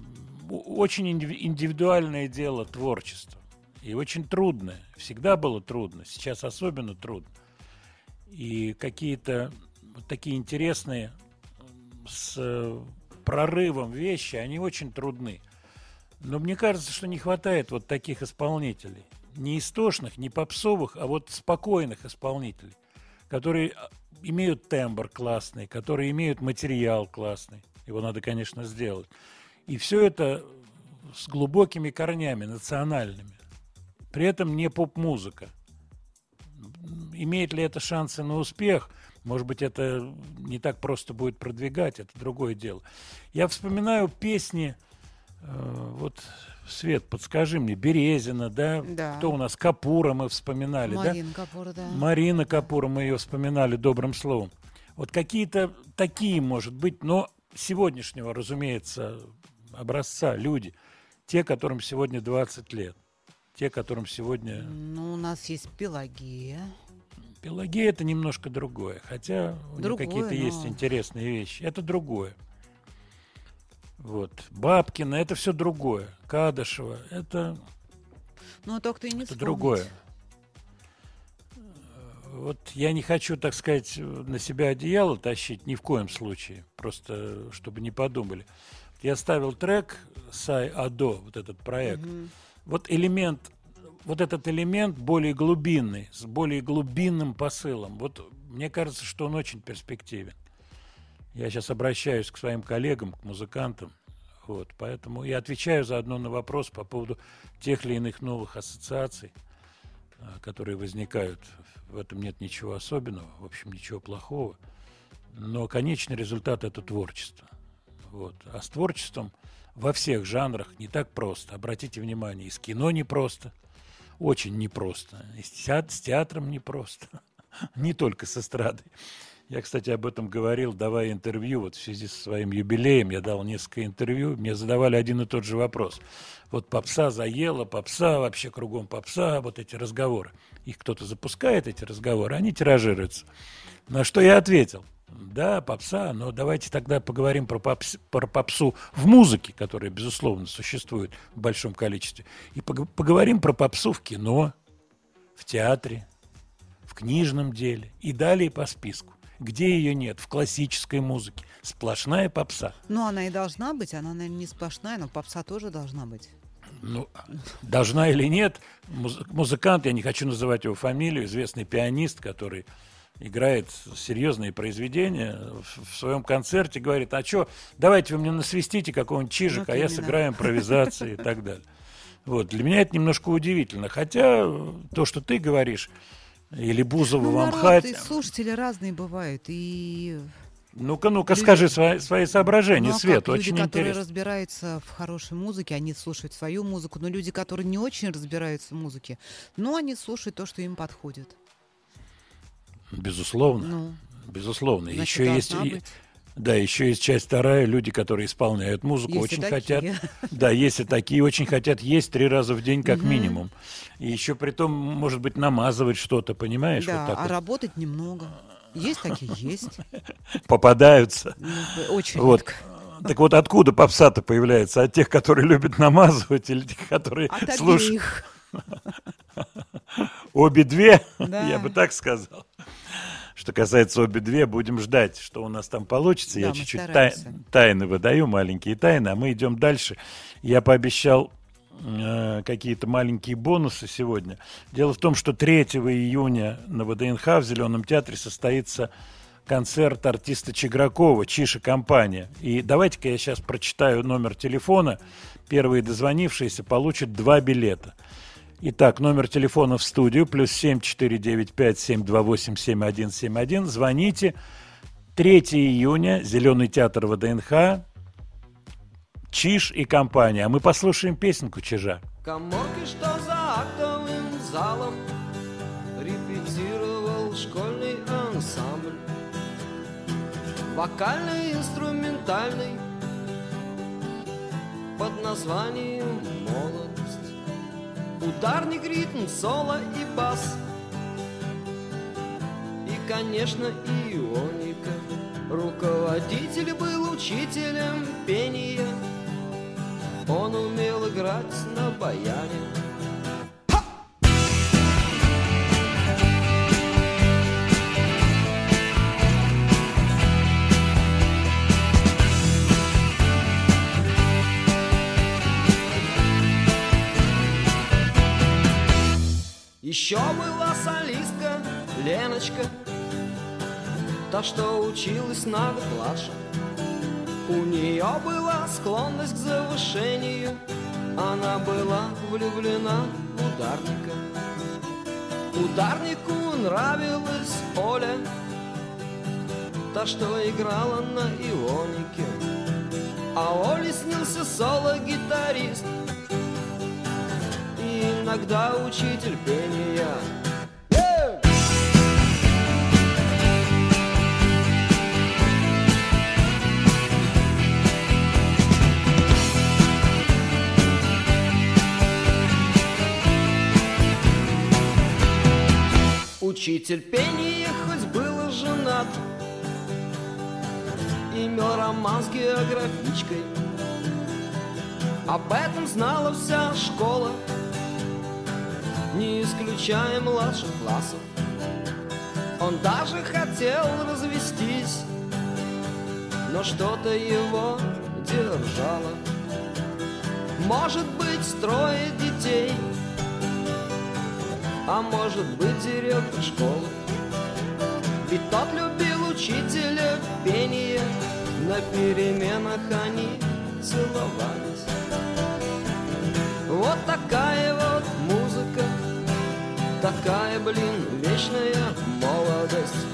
очень индивидуальное дело творчество. И очень трудное. Всегда было трудно. Сейчас особенно трудно. И какие-то вот такие интересные с прорывом вещи, они очень трудны. Но мне кажется, что не хватает вот таких исполнителей. Не истошных, не попсовых, а вот спокойных исполнителей, которые имеют тембр классный, которые имеют материал классный. Его надо, конечно, сделать. И все это с глубокими корнями, национальными. При этом не поп-музыка. Имеет ли это шансы на успех? Может быть, это не так просто будет продвигать, это другое дело. Я вспоминаю песни, вот, Свет, подскажи мне, Березина, да? Да. Кто у нас? Капура мы вспоминали, Марина да? Капура, да. Марина Капура, мы ее вспоминали добрым словом. Вот какие-то такие, может быть, но сегодняшнего, разумеется, образца люди, те, которым сегодня 20 лет, те, которым сегодня... Ну, у нас есть Пелагея. Пелагея — это немножко другое, хотя у нее какие-то есть но... интересные вещи. Это другое. Вот. Бабкина — это все другое. Кадышева — это... Ну, только и не это другое. Вот я не хочу, так сказать, на себя одеяло тащить ни в коем случае, просто чтобы не подумали. Я ставил трек «Сай Адо», вот этот проект. Вот этот элемент более глубинный, с более глубинным посылом. Вот мне кажется, что он очень перспективен. Я сейчас обращаюсь к своим коллегам, к музыкантам. Вот, поэтому я отвечаю заодно на вопрос по поводу тех или иных новых ассоциаций, которые возникают. В этом нет ничего особенного, в общем, ничего плохого. Но конечный результат – это творчество. Вот. А с творчеством во всех жанрах не так просто. Обратите внимание, и с кино непросто, очень непросто, и с театром непросто, не только с эстрадой. Я, кстати, об этом говорил, давая интервью, вот в связи со своим юбилеем, я дал несколько интервью, мне задавали один и тот же вопрос. Вот попса заела, попса, вообще кругом попса, вот эти разговоры. Их кто-то запускает, эти разговоры, они тиражируются. На что я ответил: да, попса, но давайте тогда поговорим про попсу в музыке, которая, безусловно, существует в большом количестве, и поговорим про попсу в кино, в театре, в книжном деле и далее по списку. Где ее нет? В классической музыке. Сплошная попса. Ну, она и должна быть. Она, наверное, не сплошная, но попса тоже должна быть. Ну, должна или нет. Музыкант, я не хочу называть его фамилию, известный пианист, который играет серьезные произведения, в своем концерте говорит: а что, давайте вы мне насвистите какого-нибудь чижика, а я сыграю импровизации и так далее. Вот. Для меня это немножко удивительно. Хотя то, что ты говоришь, или Бузова в Амхате... И слушатели разные бывают. И... Ну-ка, скажи свои соображения, Свет, люди, очень которые интересно. разбираются в хорошей музыке, они слушают свою музыку, но люди, которые не очень разбираются в музыке, но они слушают то, что им подходит. Безусловно. Безусловно. Значит, еще есть... Да, еще есть часть вторая, люди, которые исполняют музыку, есть очень такие. хотят. Да, есть и такие, очень хотят есть 3 раза в день как минимум. И еще при том, может быть, намазывать что-то, понимаешь? Да, вот так а вот. Работать немного. Есть такие, есть. Попадаются. Очень вот. редко. Так вот, откуда попса-то появляется? От тех, которые любят намазывать, или тех, которые слушают? Обе две, я бы так сказал. Что касается обе две, будем ждать, что у нас там получится. Да, я чуть-чуть тайны выдаю, маленькие тайны, а мы идем дальше. Я пообещал какие-то маленькие бонусы сегодня. Дело в том, что 3 июня на ВДНХ в Зеленом театре состоится концерт артиста Чигракова «Чиж и компания». И давайте-ка я сейчас прочитаю номер телефона. Первые дозвонившиеся получат 2 билета. Итак, номер телефона в студию +7 495 728 7171. Звоните. 3 июня, Зеленый театр ВДНХ, Чиж и компания. А мы послушаем песенку Чижа. Каморки, что за актовым залом репетировал школьный ансамбль. Вокальный, инструментальный, под названием «Молодость». Ударник, ритм, соло и бас. И, конечно, ионика. Руководитель был учителем пения. он умел играть на баяне. Еще была солистка Леночка, та, что училась на год младше. У нее была склонность к завышению, она была влюблена в ударника. Ударнику нравилась Оля, та, что играла на ионике. А Оле снился соло-гитарист, иногда учитель пения. Учитель пения хоть был женат, имел роман с географичкой. Об этом знала вся школа, не исключая младших классов. Он даже хотел развестись, но что-то его держало. Может быть, 3 детей, а может быть, директор школы. Ведь тот любил учителя пения, на переменах они целовались. Вот такая вот музыка, такая, блин, вечная молодость.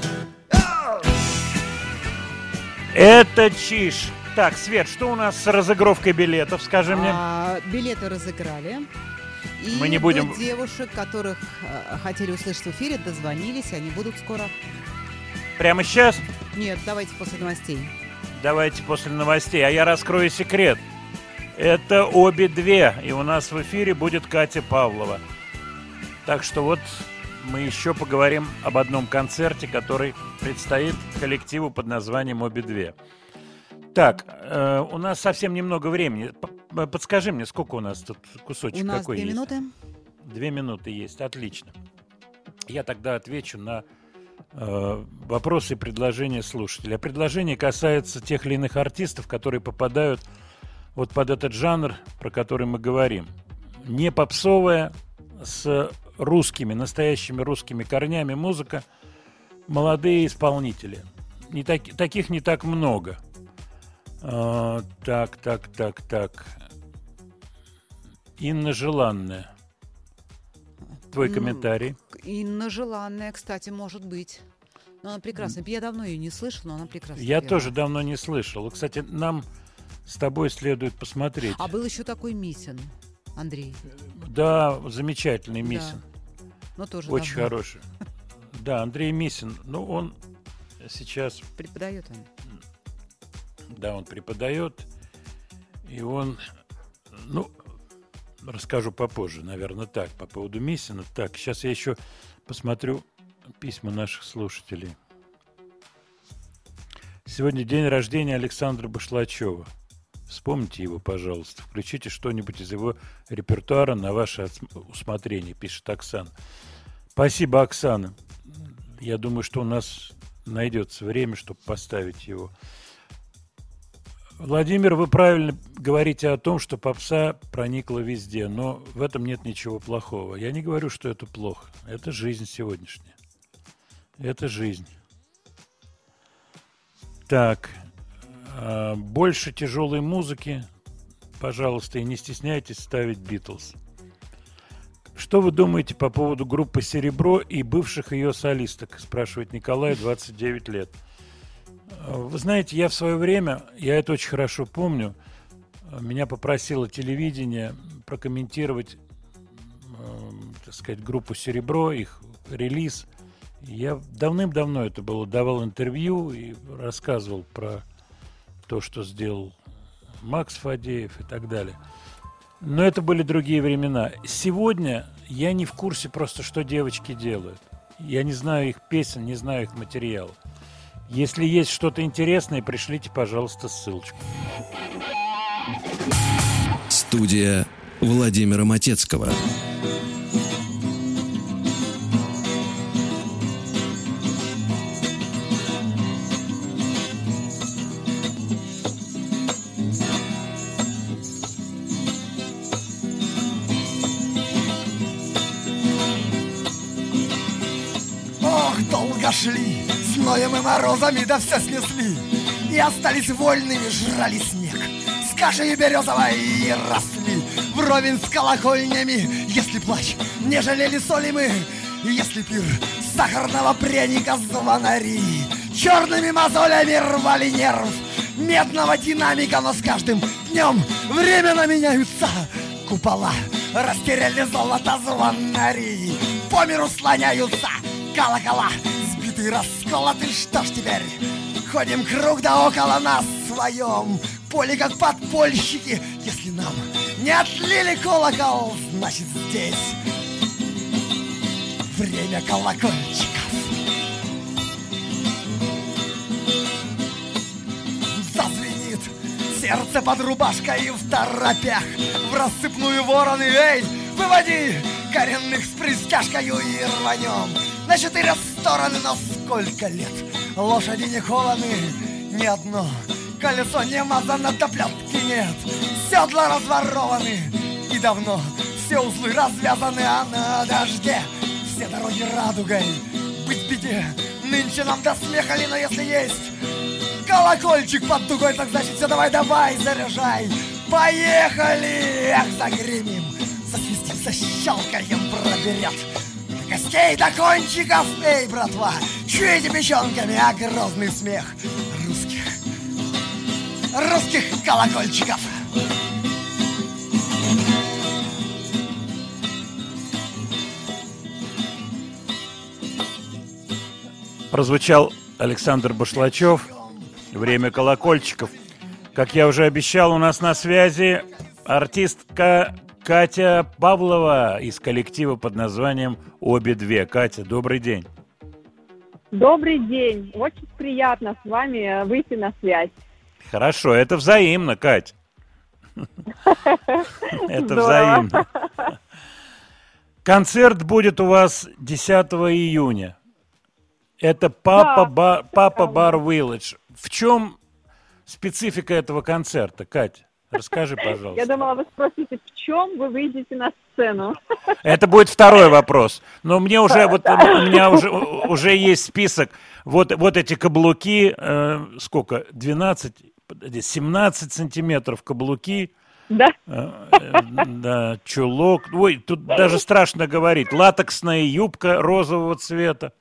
Это чиж. Так, Свет, что у нас с разыгровкой билетов, скажи мне? Билеты разыграли. И мы не будем... девушек, которых хотели услышать в эфире, дозвонились, они будут скоро. Прямо сейчас? Нет, давайте после новостей. Давайте после новостей. А я раскрою секрет. Это обе две. И у нас в эфире будет Катя Павлова. Так что вот мы еще поговорим об одном концерте, который предстоит коллективу под названием «Обе две». Так, у нас совсем немного времени. Подскажи мне, сколько у нас тут кусочек? У нас какой 2 есть? минуты. 2 минуты есть, отлично. Я тогда отвечу на вопросы и предложения слушателей. А предложения касаются тех или иных артистов, которые попадают вот под этот жанр, про который мы говорим. Не попсовая, с русскими, настоящими русскими корнями музыка, молодые исполнители. Таких не так много. Так. Инна Желанная. Твой комментарий. Инна Желанная, кстати, может быть. Но она прекрасна. Я давно ее не слышал, но она прекрасна. Я тоже давно не слышал. Кстати, нам с тобой следует посмотреть. А был еще такой Мисин, Андрей. Да, замечательный Мисин. Да. Но тоже очень давно. хороший. Да, Андрей Мисин. Ну, он сейчас... Преподает он. Да, он преподает. И он... Ну, расскажу попозже, наверное, так, по поводу Мисина. Так, сейчас я еще посмотрю письма наших слушателей. Сегодня день рождения Александра Башлачева. Вспомните его, пожалуйста. Включите что-нибудь из его репертуара на ваше усмотрение, пишет Оксана. Спасибо, Оксана. Я думаю, что у нас найдется время, чтобы поставить его. Владимир, вы правильно говорите о том, что попса проникла везде, но в этом нет ничего плохого. Я не говорю, что это плохо. Это жизнь сегодняшняя. Это жизнь. Так, больше тяжелой музыки, пожалуйста, и не стесняйтесь ставить Битлз. Что вы думаете по поводу группы «Серебро» и бывших ее солисток, спрашивает Николай, 29 лет. Вы знаете, я в свое время, я это очень хорошо помню, меня попросило телевидение прокомментировать, так сказать, группу «Серебро», их релиз. Я давным-давно это было, давал интервью и рассказывал про то, что сделал Макс Фадеев и так далее. Но это были другие времена. Сегодня я не в курсе просто, что девочки делают. Я не знаю их песен, не знаю их материала. Если есть что-то интересное, пришлите, пожалуйста, ссылочку. Студия Владимира Матецкого. Ох, долго шли, зноем и морозами, да все снесли. И остались вольными, жрали снег. С кашей березовой и росли вровень с колокольнями. Если плач, не жалели соли мы, если пир сахарного пряника звонари черными мозолями рвали нерв медного динамика. Но с каждым днем временно меняются купола, растеряли золото звонари, по миру слоняются колокола, сбиты, расколоты. Что ж теперь? Ходим круг да около нас в своем поле, как подпольщики. Если нам не отлили колокол, значит здесь время колокольчиков. Зазвенит сердце под рубашкой в торопях, в рассыпную вороны, эй, выводи коренных с пристяжкою и рванем на 4 стороны. Но сколько лет лошади не кованы, ни одно колесо не мазано, до плетки нет, седла разворованы, и давно все узлы развязаны, а на дожде все дороги радугой. Быть беде, нынче нам до смеха ли, но если есть колокольчик под дугой, так значит все, давай, заряжай. Поехали! Эх, загремим, засвистим, защелкаем, проберет до костей, до кончиков. Эй, братва, чуете печенками, а грозный смех русских колокольчиков. Прозвучал Александр Башлачев. Время колокольчиков. Как я уже обещал, у нас на связи артистка Катя Павлова из коллектива под названием «Обе две». Катя, добрый день. Добрый день. Очень приятно с вами выйти на связь. Хорошо, это взаимно, Кать. Это взаимно. Концерт будет у вас 10 июня. Это Папа Бар Village. В чем специфика этого концерта, Катя? Расскажи, пожалуйста. Я думала, вы спросите, в чем вы выйдете на сцену. Это будет второй вопрос. Но мне уже, у меня уже есть список. Вот эти каблуки, сколько? 17 сантиметров каблуки. Да. Да, чулок. Ой, тут даже страшно говорить. Латексная юбка розового цвета.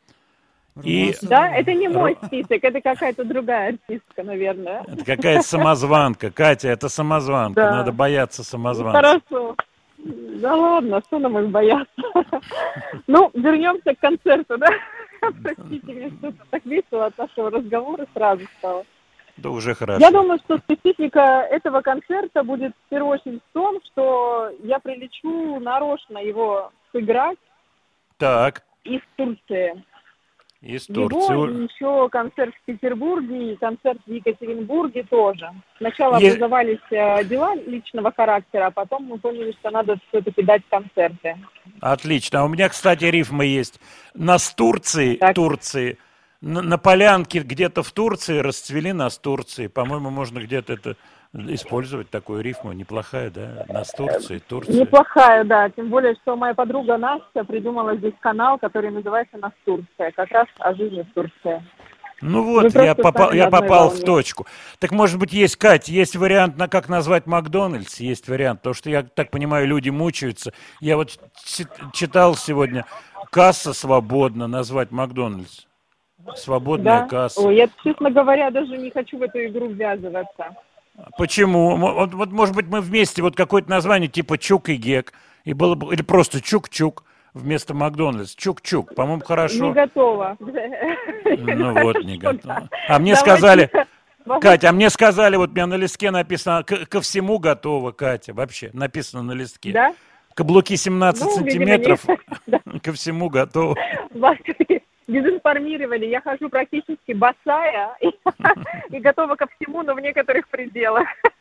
Да, это не мой список, это какая-то другая артистка, наверное. Это какая-то самозванка. Катя, это самозванка. Да. Надо бояться самозванца. Хорошо. Да ладно, что нам их бояться? Ну, вернемся к концерту, да? Простите, мне что-то так весело от нашего разговора сразу стало. Да уже хорошо. Я думаю, что специфика этого концерта будет в первую очередь в том, что я прилечу нарочно его сыграть. Так. Из Турции. Из Турции. Его и еще концерт в Петербурге и концерт в Екатеринбурге тоже. Сначала образовались дела личного характера, а потом мы поняли, что надо все-таки дать концерты. Отлично. А у меня, кстати, рифма есть. Настурции, Турции. На полянке где-то в Турции расцвели Настурции. По-моему, можно где-то это использовать, такую рифму. Неплохая, да? Настурции, Турция. Неплохая, да. Тем более, что моя подруга Настя придумала здесь канал, который называется «Настурция». Как раз о жизни в Турции. Ну вот, я попал в точку. Так, может быть, есть, Кать, есть вариант, как назвать Макдональдс? Есть вариант. Потому что, я так понимаю, люди мучаются. Я вот читал сегодня, касса свободна, назвать Макдональдс. Свободная касса. Ой, я, честно говоря, даже не хочу в эту игру ввязываться. Почему? Вот, может быть, мы вместе, вот какое-то название типа Чук и Гек, и было бы, или просто Чук-Чук вместо Макдональдс. Чук-Чук, по-моему, хорошо. Не готова. Ну вот, не готова. А мне сказали, Катя, вот у меня на листке написано, ко всему готова, Катя, вообще, написано на листке. Да? Каблуки 17 сантиметров, ко всему готова. Дезинформировали. Я хожу практически босая и готова ко всему, но в некоторых пределах.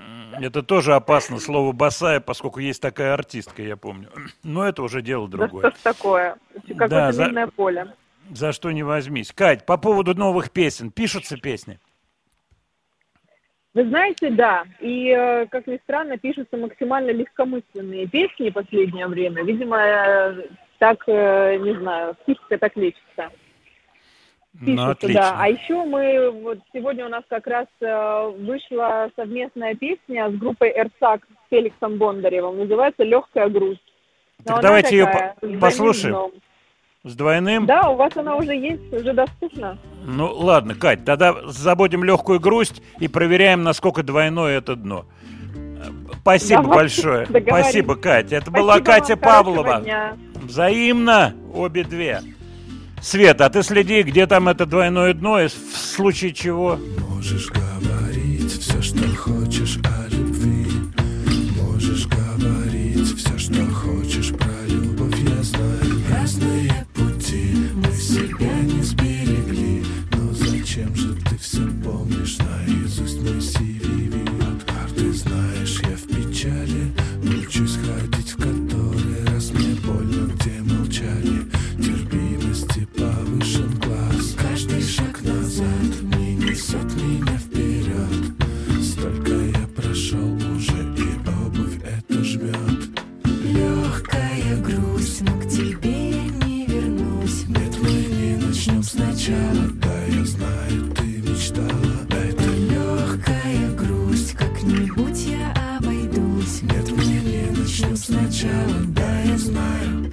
Это тоже опасно, слово «босая», поскольку есть такая артистка, я помню. Но это уже дело другое. Да что ж такое? Какое-то минное поле. За что не возьмись. Кать, по поводу новых песен. Пишутся песни? Вы знаете, да. И, как ни странно, пишутся максимально легкомысленные песни в последнее время. Видимо, так, не знаю, психика так лечится. Ну, отлично. Да. А еще вот сегодня у нас как раз вышла совместная песня с группой «Эрсак» с Феликсом Бондаревым. Называется «Легкая грусть». Так давайте ее послушаем. С двойным? Да, у вас она уже есть, уже доступна. Ну ладно, Кать, тогда забудем легкую грусть и проверяем, насколько двойное это дно. Спасибо большое. Спасибо, Кать. Это была Катя Павлова. Взаимно, обе две. Света, а ты следи, где там это двойное дно, и в случае чего... Можешь говорить все, что хочешь о любви. Можешь говорить все, что хочешь про любовь. Я знаю разные пути, мы себя не сберегли. Но зачем же ты все помнишь наизусть мой CV? Ты знаешь, я в печали, учусь ходить в который раз. Мне больно, где молчали. Терпимости повышен класс. Каждый шаг назад не несет меня вперед. Столько я прошел уже, и обувь это жмет. Легкая грусть, но к тебе не вернусь. Нет, мы не начнем сначала. Да, я знаю, ты мечтала. Это легкая грусть, как-нибудь я обойдусь. Нет, мы не начнем сначала. Да, я знаю.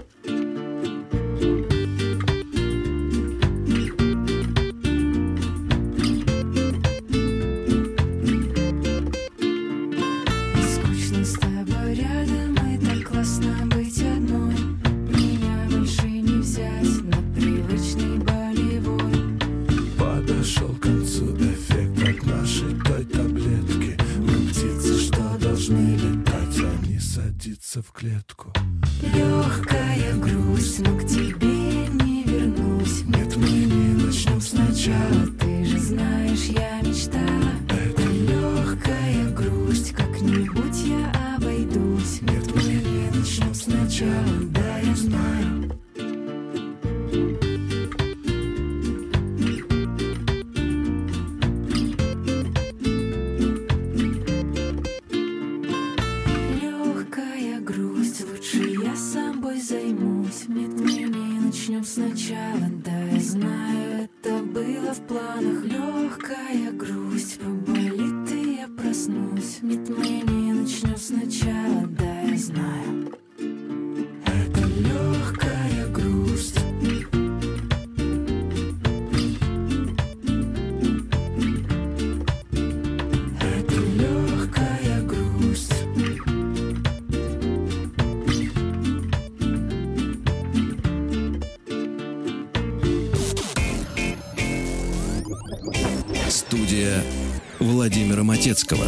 В клетку. Легкая грусть, но к тебе не вернусь. Нет, мы не начнем сначала. Ты же знаешь, я мечтала. Это легкая грусть, как-нибудь я обойдусь. Нет, мы не начнем сначала. Да, я знаю. Сначала, да, я знаю, это было в планах. Легкая грусть, поболит, и я проснусь. Нет, мы не начнем сначала, да, я знаю. Это легкая грусть. Это легкая грусть. Студия Владимира Матецкого.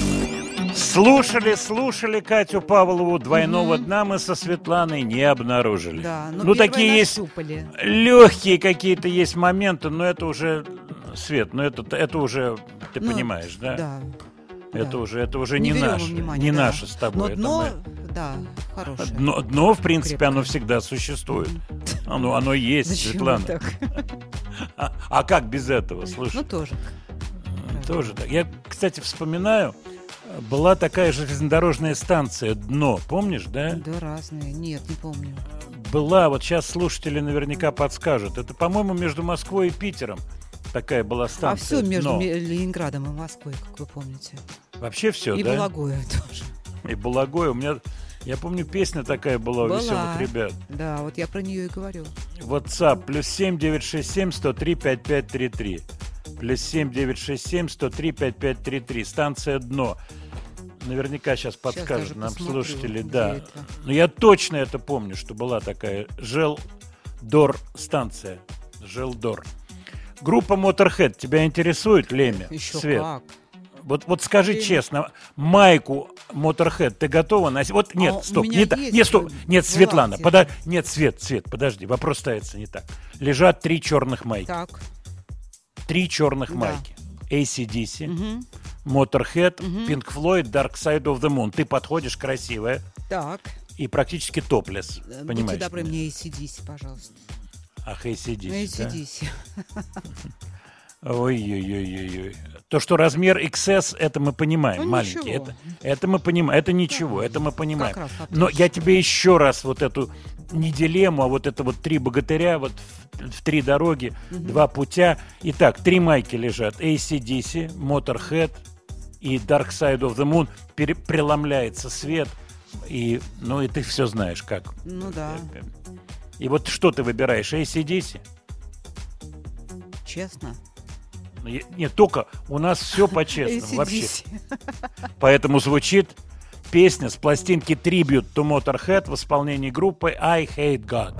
Слушали Катю Павлову. Двойного дна мы со Светланой не обнаружили. Да, ну такие нащупали. Есть легкие какие-то есть моменты, но это уже, Свет, но это уже, ты понимаешь, да? Да. Это уже не наше, не наше с тобой. Но дно, да, хорошее. Дно, в принципе, оно всегда существует. Оно есть, зачем Светлана. Так? А как без этого, слушай? Ну, тоже. Тоже так. Я, кстати, вспоминаю, была такая железнодорожная станция «Дно», помнишь, да? Да, разные. Нет, не помню. Была, вот сейчас слушатели наверняка подскажут. Это, по-моему, между Москвой и Питером такая была станция. А все между «Дно». Ленинградом и Москвой, как вы помните. Вообще все, и да? И Балагоя тоже. И Балагоя. У меня, я помню, песня такая была у «Веселых ребят». Да, вот я про нее и говорю. WhatsApp +7 967 103 5533. +7 967 103 5533. Станция «Дно». Наверняка сейчас подскажут нам слушатели. Да. Но я точно это помню, что была такая Желдор станция. Желдор. Группа Motorhead тебя интересует, Лемя? Еще Свет? как. Вот скажи честно, майку Motorhead ты готова носить? Вот нет, стоп, не так. Нет, стоп, нет, Светлана, нет, Свет, подожди, вопрос ставится не так. Лежат 3 черных майки. Так. 3 черных майки. AC/DC, Motorhead, Pink Floyd, Dark Side of the Moon. Ты подходишь красивая. Так. И практически топлес. Понимаешь? Будьте добры, мне AC/DC, пожалуйста. Ах, AC/DC, AC/DC. Ой-ой-ой-ой-ой. То, что размер XS, это мы понимаем, маленький. Это мы понимаем. Это ничего, это мы понимаем. Но я тебе еще раз вот эту не дилемму, а вот это вот 3 богатыря, вот в 3 дороги, 2 путя. Итак, 3 майки лежат. AC/DC, Motorhead и Dark Side of the Moon. Преломляется свет. И ты все знаешь, как. Ну да. И вот что ты выбираешь? AC/DC? Честно? Нет, только у нас все по-честному вообще. Поэтому звучит песня с пластинки Tribute to Motorhead в исполнении группы I Hate God.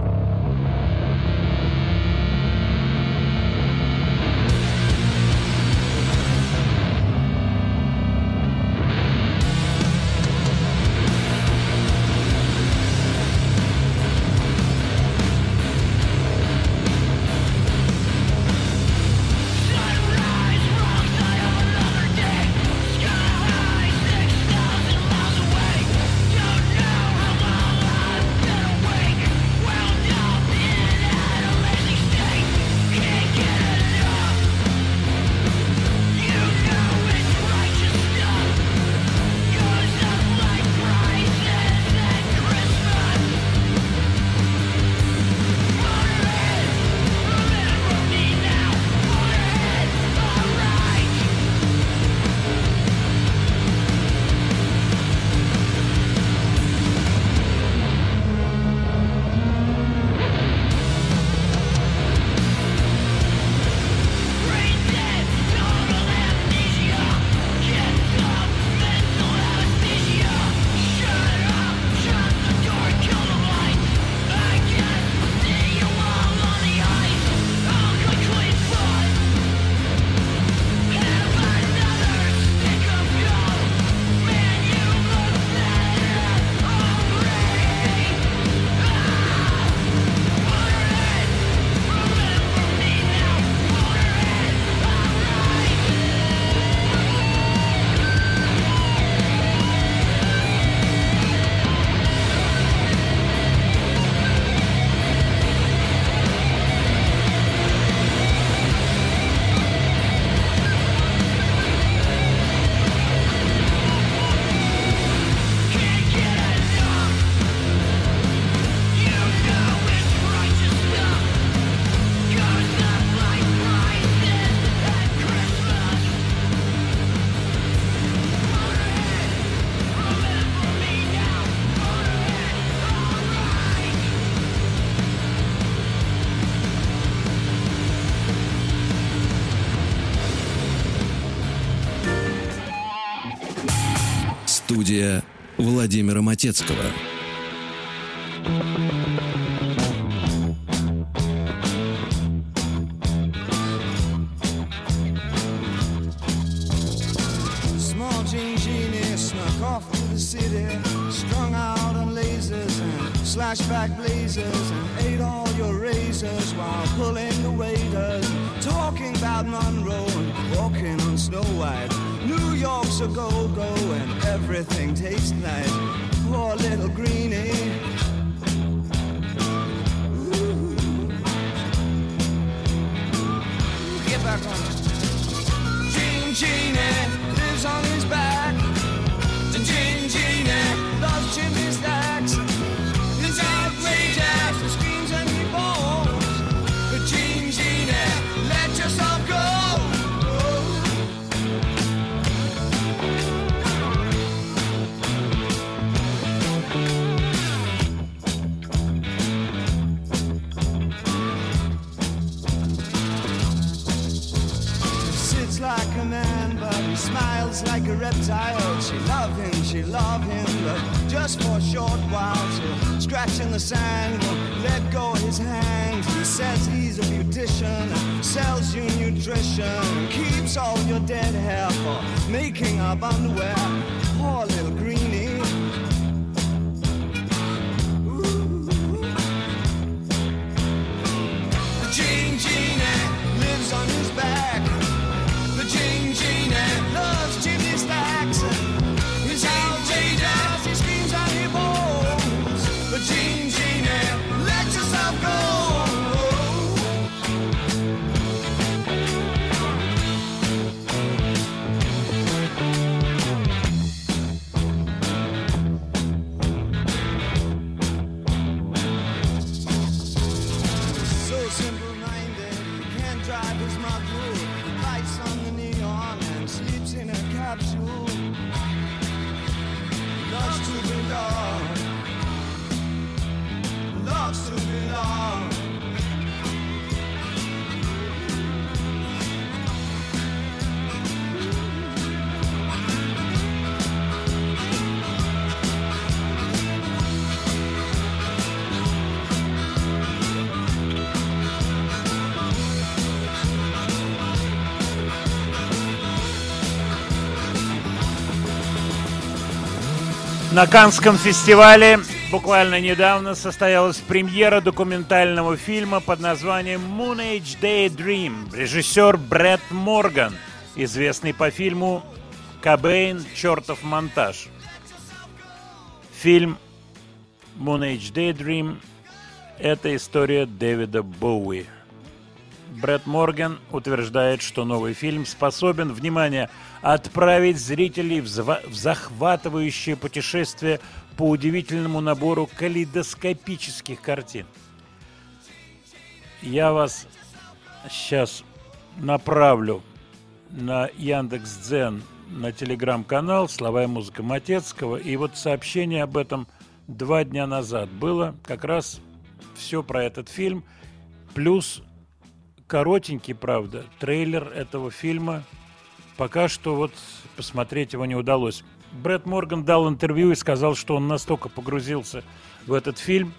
Студия Владимира Матецкого. Small Jean Genie snuck off to the city, strung out on lasers and slashback blazers, and ate all your razors while pulling the waiters, talking about Monroe and walking on Snow White. New York's a go-go and everything tastes nice. Poor little greenie. Ooh. Get back on it. Jean Genie lives on his back. Jean Genie loves chimney stacks. His outrageous screams and he bones. But Jean Genie, let yourself go. Like a man, but he smiles like a reptile. She love him, but just for a short while. She'll scratch in the sand, won't let go of his hand. He says he's a beautician, sells you nutrition, keeps all your dead hair for making up underwear. Poor little greenie. Ooh. Jean Genie lives on his back. Jean Genie, love. true. Loves to belong. Loves to belong. На Каннском фестивале буквально недавно состоялась премьера документального фильма под названием Moon Age Daydream. Режиссер Брэд Морган, известный по фильму «Кобейн. Чертов монтаж». Фильм Moon Age Daydream – это история Дэвида Боуи. Брэд Морган утверждает, что новый фильм способен, внимание, отправить зрителей в захватывающее путешествие по удивительному набору калейдоскопических картин. Я вас сейчас направлю на Яндекс.Дзен, на телеграм-канал «Слова и музыка» Матецкого. И вот сообщение об этом 2 дня назад было. Как раз все про этот фильм. Плюс коротенький, правда, трейлер этого фильма. Пока что вот посмотреть его не удалось. Брэд Морган дал интервью и сказал, что он настолько погрузился в этот фильм,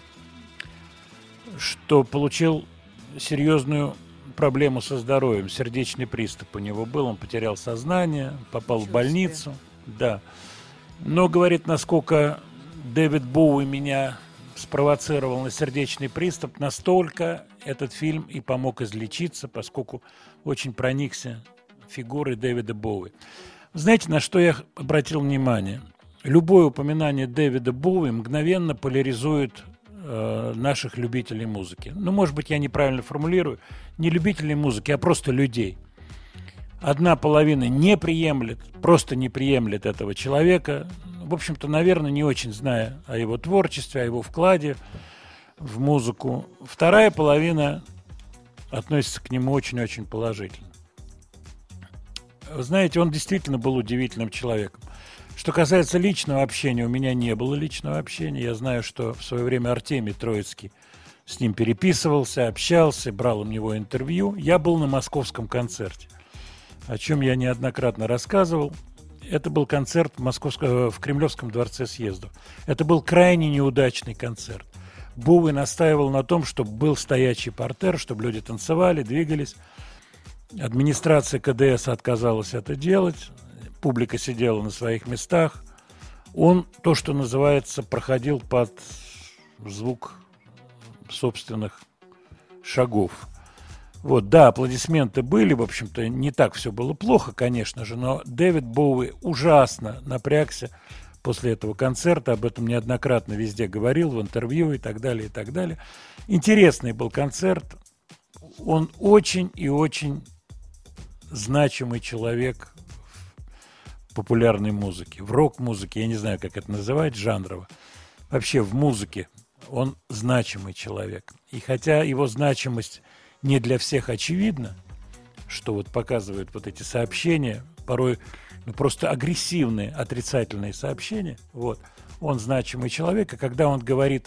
что получил серьезную проблему со здоровьем. Сердечный приступ у него был, он потерял сознание, попал в больницу. Да. Но, говорит, насколько Дэвид Боуи меня спровоцировал на сердечный приступ, настолько этот фильм и помог излечиться, поскольку очень проникся фигурой Дэвида Боуи. Знаете, на что я обратил внимание? Любое упоминание Дэвида Боуи мгновенно поляризует наших любителей музыки. Ну, может быть, я неправильно формулирую. Не любителей музыки, а просто людей. Одна половина не приемлет, просто не приемлет этого человека. В общем-то, наверное, не очень зная о его творчестве, о его вкладе в музыку. Вторая половина относится к нему очень-очень положительно. Вы знаете, он действительно был удивительным человеком. Что касается личного общения, у меня не было личного общения. Я знаю, что в свое время Артемий Троицкий с ним переписывался, общался, брал у него интервью. Я был на московском концерте, о чем я неоднократно рассказывал. Это был концерт в Кремлевском дворце съездов. Это был крайне неудачный концерт. Боуи настаивал на том, чтобы был стоячий партер, чтобы люди танцевали, двигались. Администрация КДС отказалась это делать. Публика сидела на своих местах. Он, то, что называется, проходил под звук собственных шагов. Вот, да, аплодисменты были, в общем-то, не так все было плохо, конечно же, но Дэвид Боуи ужасно напрягся после этого концерта, об этом неоднократно везде говорил, в интервью и так далее, и так далее. Интересный был концерт, он очень и очень значимый человек в популярной музыке, в рок-музыке, я не знаю, как это называть, жанрово. Вообще в музыке он значимый человек. И хотя его значимость не для всех очевидна, что вот показывают вот эти сообщения, порой просто агрессивные, отрицательные сообщения, вот, он значимый человек, и когда он говорит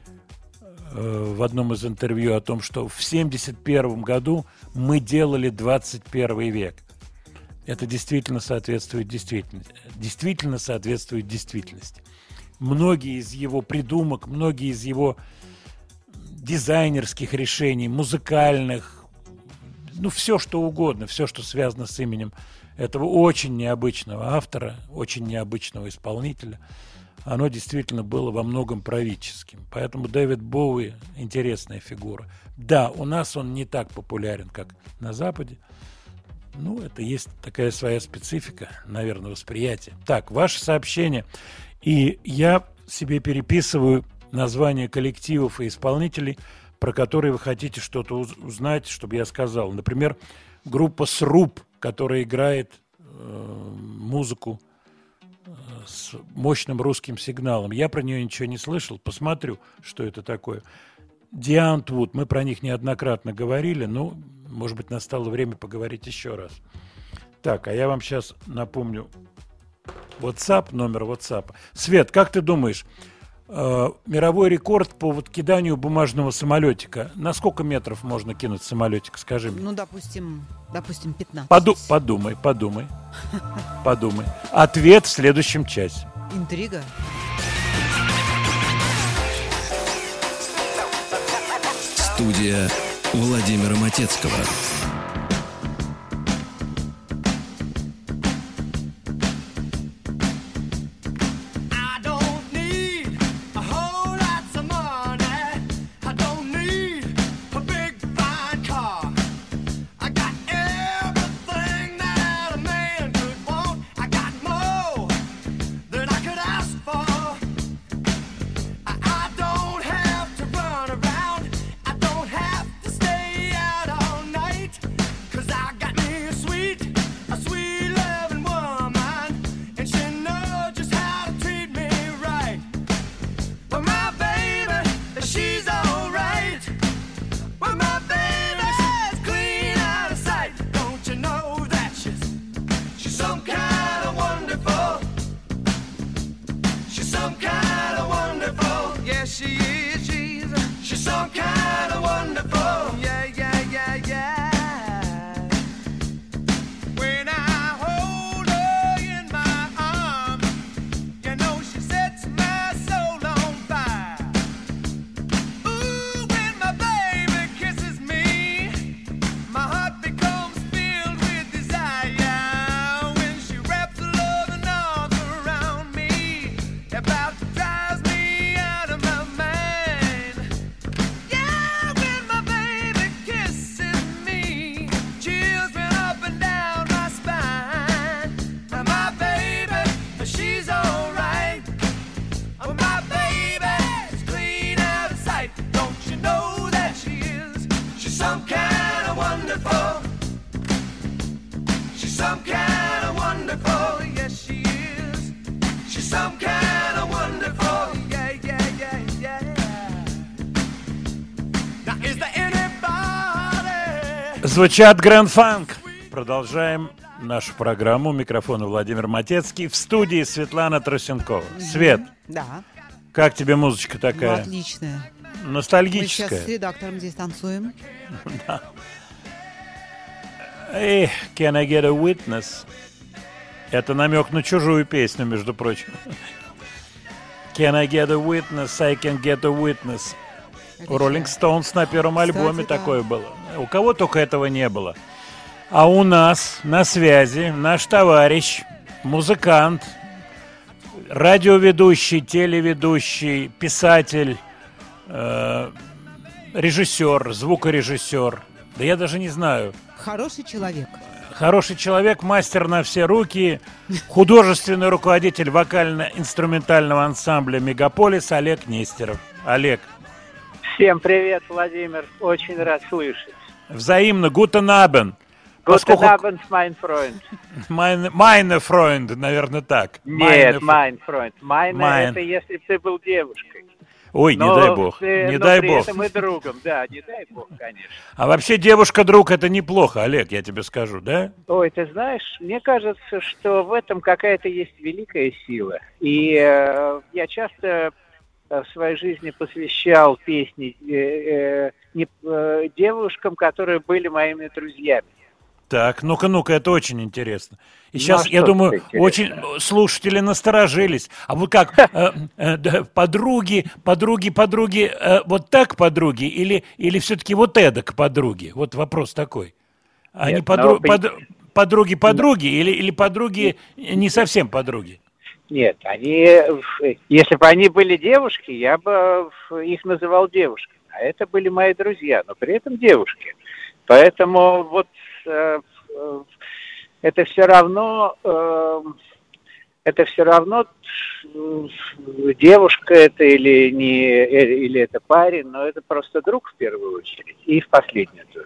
в одном из интервью о том, что в 1971 году мы делали 21 век. Это действительно соответствует действительности. Действительно соответствует действительности. Многие из его придумок, многие из его дизайнерских решений, музыкальных, ну, все что угодно, все, что связано с именем этого очень необычного автора, очень необычного исполнителя, оно действительно было во многом правительским. Поэтому Дэвид Боуи – интересная фигура. Да, у нас он не так популярен, как на Западе. Ну, это есть такая своя специфика, наверное, восприятия. Так, ваше сообщение. И я себе переписываю названия коллективов и исполнителей, про которые вы хотите что-то узнать, чтобы я сказал. Например, группа «Сруб», которая играет музыку с мощным русским сигналом. Я про нее ничего не слышал, посмотрю, что это такое. Диантвуд, мы про них неоднократно говорили, но, может быть, настало время поговорить еще раз. Так, а я вам сейчас напомню WhatsApp, номер WhatsApp. Свет, как ты думаешь, мировой рекорд по вот киданию бумажного самолетика? На сколько метров можно кинуть самолетик, скажи мне? Ну, допустим 15. Подумай. Ответ в следующем часе. Интрига. Студия Владимира Матецкого. Звучат Grand Funk. Продолжаем нашу программу. У микрофона Владимир Матецкий. В студии Светлана Тросенкова. Свет. Да. Как тебе музычка такая? Ну, отличная. Ностальгическая. Мы сейчас с редактором здесь танцуем. Да. Эй, Can I Get a Witness? Это намек на чужую песню, между прочим. Can I Get a Witness? I Can Get a Witness. У Rolling Stones на первом альбоме такое было. У кого только этого не было. А у нас на связи наш товарищ, музыкант, радиоведущий, телеведущий, писатель, режиссер, звукорежиссер. Да я даже не знаю. Хороший человек. Хороший человек, мастер на все руки, художественный руководитель вокально-инструментального ансамбля «Мегаполис» Олег Нестеров. Олег. Всем привет, Владимир. Очень рад слышать. Взаимно. Guten Abend. Guten Abend, mein Freund. Meine Freund, наверное, так. Нет, mein Freund. Meine это если бы ты был девушкой. Ой, но, не дай бог. Не дай при бог. этом и другом, да, не дай бог, конечно. А вообще девушка-друг это неплохо, Олег, я тебе скажу, да? Ой, ты знаешь, мне кажется, что в этом какая-то есть великая сила. И я часто в своей жизни посвящал песни девушкам, которые были моими друзьями. Так, ну-ка, это очень интересно. И сейчас, я думаю, очень слушатели насторожились. А вот как, подруги, вот так подруги или все-таки вот эдак подруги? Вот вопрос такой. Они подруги или подруги не совсем подруги? Нет, если бы они были девушки, я бы их называл девушками. А это были мои друзья, но при этом девушки. Поэтому вот это все равно девушка это или не, или это парень, но это просто друг в первую очередь и в последнюю тоже.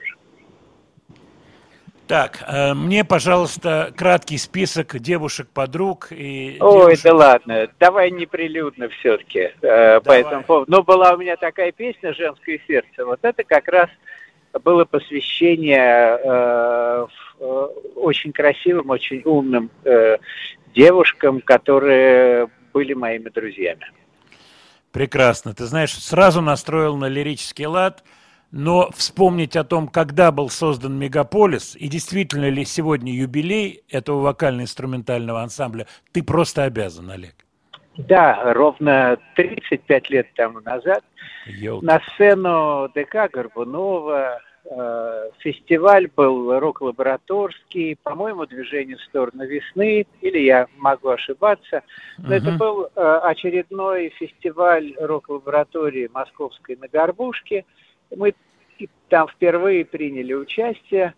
Так, мне, пожалуйста, краткий список девушек-подруг и... Ой, да ладно, давай неприлюдно все-таки по этому поводу. Но была у меня такая песня «Женское сердце». Вот это как раз было посвящение очень красивым, очень умным девушкам, которые были моими друзьями. Прекрасно. Ты знаешь, сразу настроил на лирический лад, но вспомнить о том, когда был создан «Мегаполис», и действительно ли сегодня юбилей этого вокально-инструментального ансамбля, ты просто обязан, Олег. Да, ровно 35 лет тому назад на сцену ДК Горбунова фестиваль был рок-лабораторский, по-моему, «Движение в сторону весны», или я могу ошибаться, но это был очередной фестиваль рок-лаборатории московской на Горбушке. Мы там впервые приняли участие,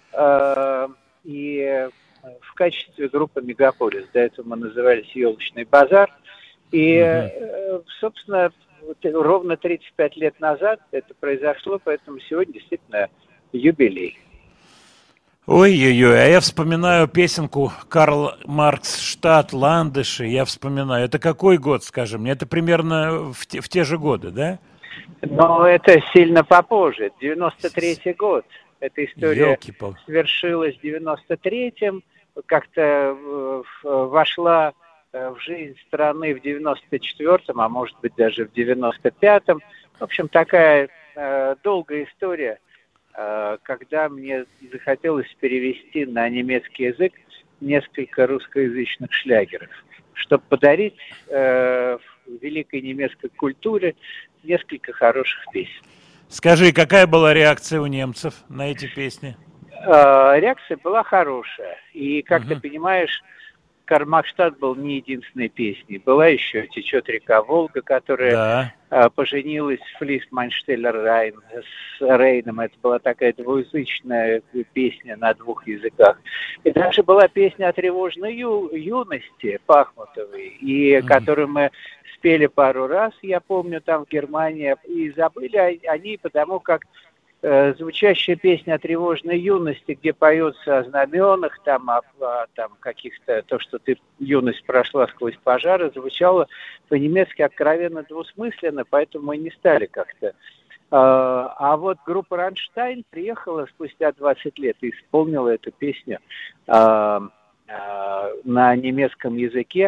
и в качестве группы «Мегаполис». До этого мы назывались «Елочный базар». И, собственно, ровно 35 лет назад это произошло, поэтому сегодня действительно юбилей. Ой-ой-ой, а я вспоминаю песенку Карл Маркс «Штат», «Ландыши», я вспоминаю. Это какой год, скажи мне? Это примерно в те же годы, да? Но это сильно попозже, 93-й год. Эта история свершилась в 93-м, как-то вошла в жизнь страны в 94-м, а может быть даже в 95-м. В общем, такая долгая история, когда мне захотелось перевести на немецкий язык несколько русскоязычных шлягеров, чтобы подарить великой немецкой культуре несколько хороших песен. Скажи, какая была реакция у немцев на эти песни? Реакция была хорошая. И, как ты понимаешь, «Карл-Маркс-Штат» был не единственной песней. Была еще «Течет река Волга», которая поженилась Флис Майнштеллер с Рейном. Это была такая двуязычная песня на двух языках. И даже была песня о тревожной юности Пахмутовой, и которую мы спели пару раз, я помню, там в Германии, и забыли они, потому как звучащая песня о тревожной юности, где поется о знаменах, там каких-то, то, что юность прошла сквозь пожары, звучала по-немецки откровенно двусмысленно, поэтому мы не стали как-то. А вот группа «Рамштайн» приехала спустя 20 лет и исполнила эту песню на немецком языке,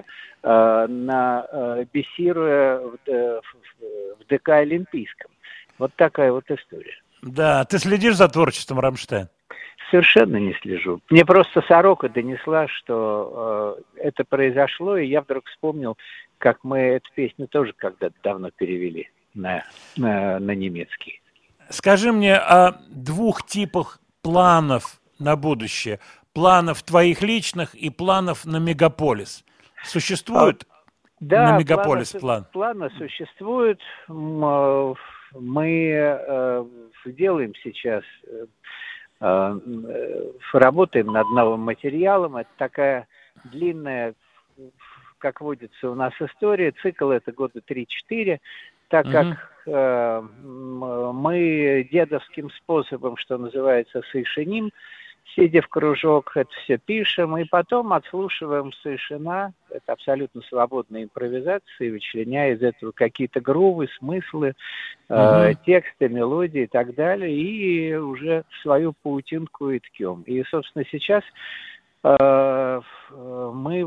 бессируя в ДК Олимпийском. Вот такая вот история. Да, ты следишь за творчеством «Рамштайн»? Совершенно не слежу. Мне просто Сорока донесла, что это произошло, и я вдруг вспомнил, как мы эту песню тоже когда-то давно перевели на немецкий. Скажи мне о двух типах планов на будущее. Планов твоих личных и планов на «Мегаполис». Существует на «Мегаполис» план? Планы существуют. Мы делаем сейчас, работаем над новым материалом. Это такая длинная, как водится у нас, история. Цикл это года 3-4, так как мы дедовским способом, что называется, сышеним, сидя в кружок, это все пишем, и потом отслушиваем совершенно, это абсолютно свободная импровизация, вычленяя из этого какие-то грувы, смыслы, тексты, мелодии и так далее, и уже свою паутинку и ткем. И, собственно, сейчас мы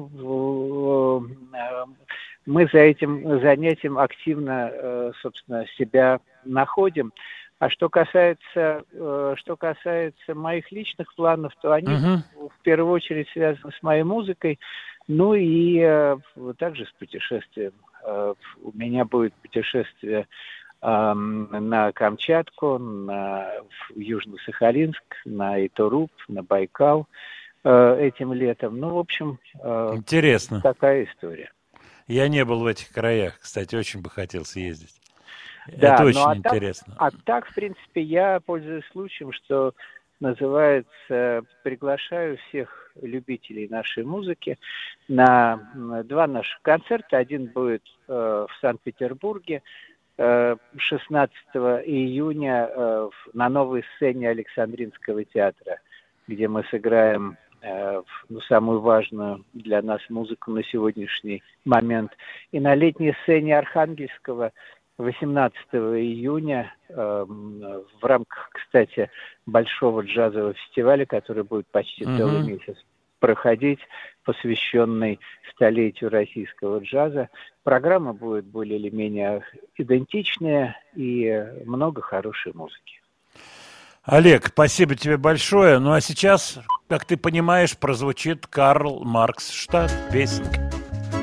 за этим занятием активно, собственно, себя находим. А что касается моих личных планов, то они в первую очередь связаны с моей музыкой, ну и также с путешествием. У меня будет путешествие на Камчатку, в Южно-Сахалинск, на Итуруп, на Байкал этим летом. Ну, в общем, интересно. Такая история. Я не был в этих краях, кстати, очень бы хотел съездить. Да, это очень интересно. Так, в принципе, я пользуюсь случаем, что называется, приглашаю всех любителей нашей музыки на два наших концерта. Один будет в Санкт-Петербурге 16 июня на новой сцене Александринского театра, где мы сыграем самую важную для нас музыку на сегодняшний момент. И на летней сцене Архангельского 18 июня в рамках, кстати, большого джазового фестиваля, который будет почти целый месяц проходить, посвященный столетию российского джаза. Программа будет более или менее идентичная и много хорошей музыки. Олег, спасибо тебе большое. Ну а сейчас, как ты понимаешь, прозвучит Карл Марксштадт, песенка.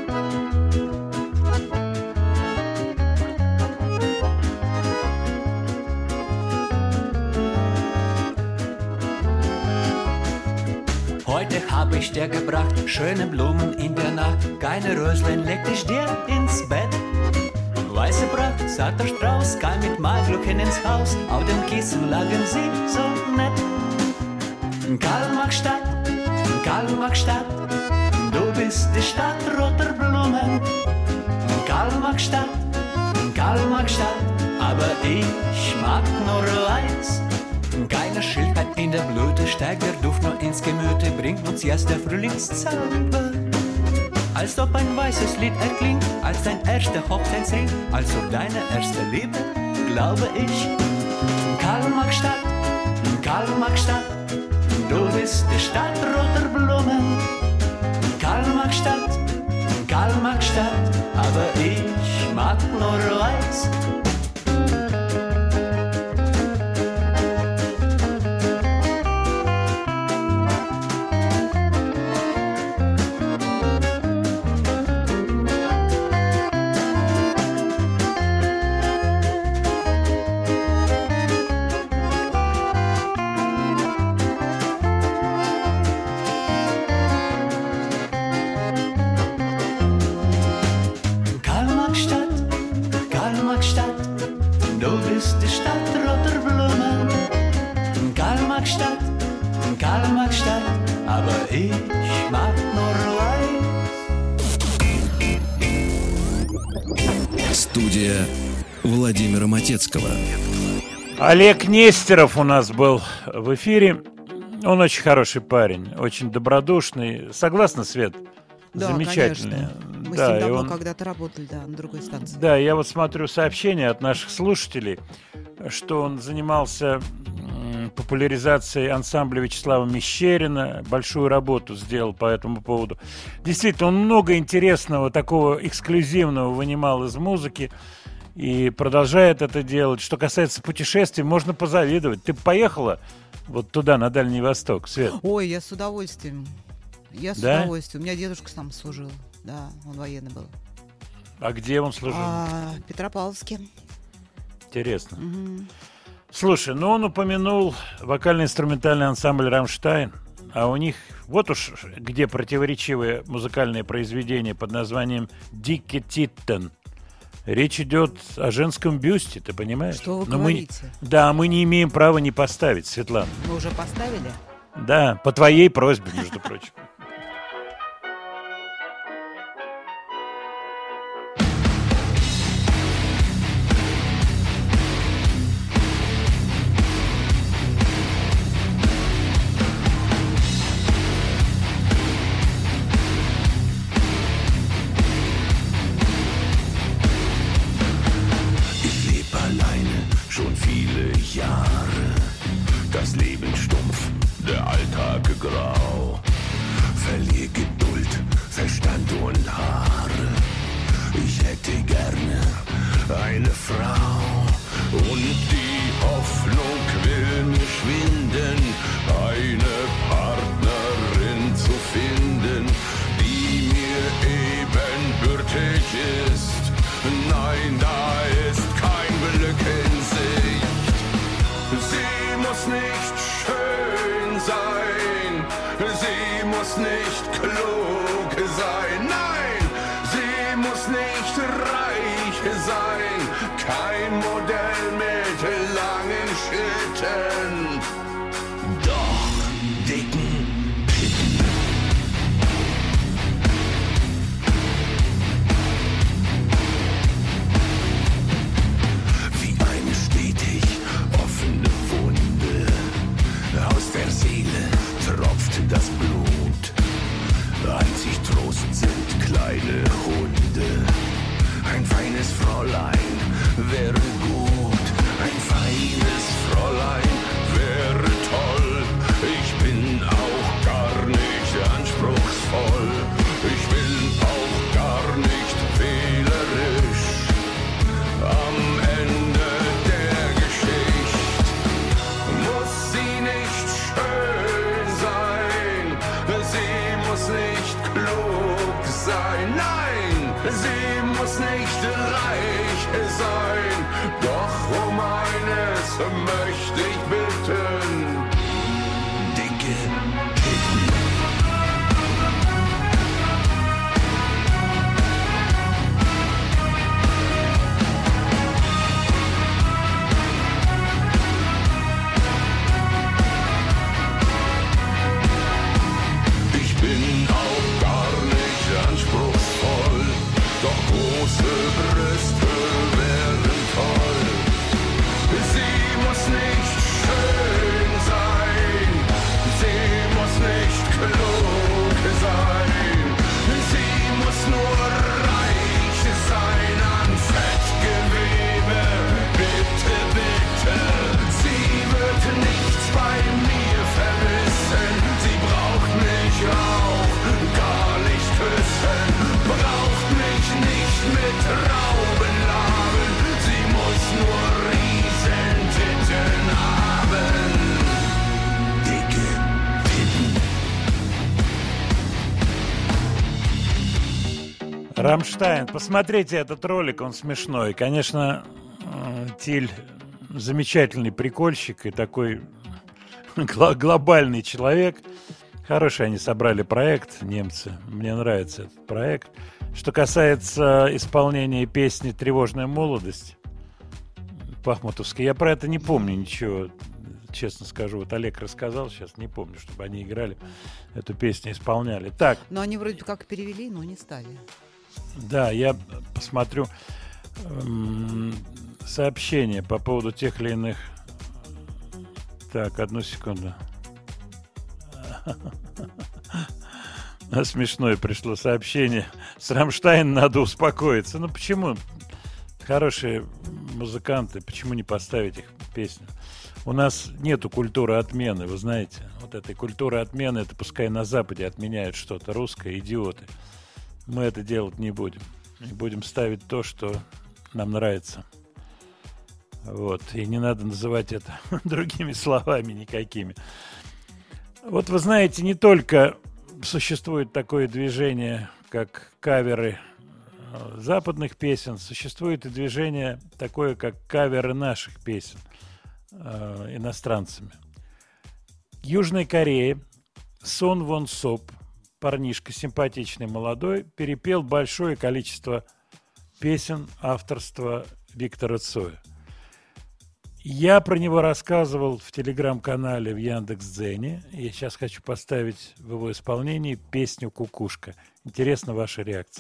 Heute hab ich dir gebracht schöne Blumen in der Nacht. Keine Röslein leg dich dir ins Bett. Weiße Pracht, zarter Strauß, kam mit Malglöckchen ins Haus. Auf dem Kissen lagen sie so nett. Karl Marxstadt, du bist die Stadt roter Blumen. Karl Marxstadt, aber ich mag nur weiß. Keine Schildheit in der Blüte, steigt der Duft nur ins Gemüte, bringt uns erst der Frühlingszauber. Als ob ein weißes Lied erklingt, als dein erster Hochzeitsring, als ob deine erste Liebe, glaube ich. Karl Marxstadt, du bist die Stadt roter Blumen. Karl Marxstadt, aber ich mag nur weiß. Karl Marxstadt, aber ich mag nur weiß. Студия Владимира Матецкого. Олег Нестеров у нас был в эфире. Он очень хороший парень, очень добродушный. Согласна, Свет? Да, замечательный. Конечно. Мы с ним давно когда-то работали, на другой станции. Да, я вот смотрю сообщения от наших слушателей, что он занимался популяризацией ансамбля Вячеслава Мещерина, большую работу сделал по этому поводу. Действительно, он много интересного, такого эксклюзивного вынимал из музыки и продолжает это делать. Что касается путешествий, можно позавидовать. Ты поехала вот туда, на Дальний Восток, Свет? Ой, я с удовольствием. С удовольствием. У меня дедушка сам служил. Да, он военный был. А где он служил? В Петропавловске. Интересно. Угу. Слушай, ну он упомянул вокально-инструментальный ансамбль «Рамштайн», а у них вот уж где противоречивое музыкальное произведение под названием «Дикке Титтен». Речь идет о женском бюсте, ты понимаешь? Что вы говорите? Мы не имеем права не поставить, Светлана. Вы уже поставили? Да, по твоей просьбе, между прочим. Das Leben stumpf, der Alltag grau. Verlier Geduld, Verstand und Haare. Ich hätte gerne eine Frau. Und die Hoffnung will mir schwinden, eine Partnerin zu finden, die mir ebenbürtig ist. Nein, da ist kein Glück in Sicht. Sie muss nicht schön sein, sie muss nicht klug sein, nein, sie muss nicht reich sein, kein Modell mit langen Schritten, doch dicken Pitten. Wie eine stetig offene Wunde, aus der Seele tropft das Blut. Einzig Trost sind kleine Hunde. Ein feines Fräulein wäre gut. Ein feines Fräulein wäre toll. Ich bin auch gar nicht anspruchsvoll. möchte reich sein, doch um eines möchte ich bitten. Dicke Titten. Ich bin auch gar nicht anspruchsvoll, doch große Brüste wären toll. Sie muss nicht schön sein, sie muss nicht klug sein, sie muss nur reich sein an Fettgewebe. Bitte, bitte, sie wird nichts bei mir vermissen, sie braucht mich auch gar nicht küssen, braucht mich nicht mit Rauben laben, sie muss nur Riesentitten haben. Dicke Titten. Рамштайн. Посмотрите этот ролик, он смешной. Конечно, Тиль замечательный прикольщик и такой глобальный человек. Хороший они собрали проект, немцы. Мне нравится этот проект. Что касается исполнения песни «Тревожная молодость» бахмутовской, я про это не помню ничего, честно скажу. Вот Олег рассказал, сейчас не помню, чтобы они играли эту песню, исполняли. Так. Но они вроде как перевели, но не стали. Да, я посмотрю сообщения по поводу тех или иных. Так, одну секунду. Смешное пришло сообщение. С Рамштайн надо успокоиться. Ну почему? Хорошие музыканты, почему не поставить их песню? У нас нету культуры отмены, вы знаете. Вот этой культуры отмены, это пускай на Западе отменяют что-то русское, идиоты. Мы это делать не будем. И будем ставить то, что нам нравится. Вот. И не надо называть это другими словами никакими. Вот вы знаете, не только существует такое движение, как каверы западных песен, существует и движение такое, как каверы наших песен иностранцами. В Южной Корее Сон Вон Соп, парнишка симпатичный, молодой, перепел большое количество песен авторства Виктора Цоя. Я про него рассказывал в телеграм-канале в Яндекс.Дзене. Я сейчас хочу поставить в его исполнении песню «Кукушка». Интересна ваша реакция.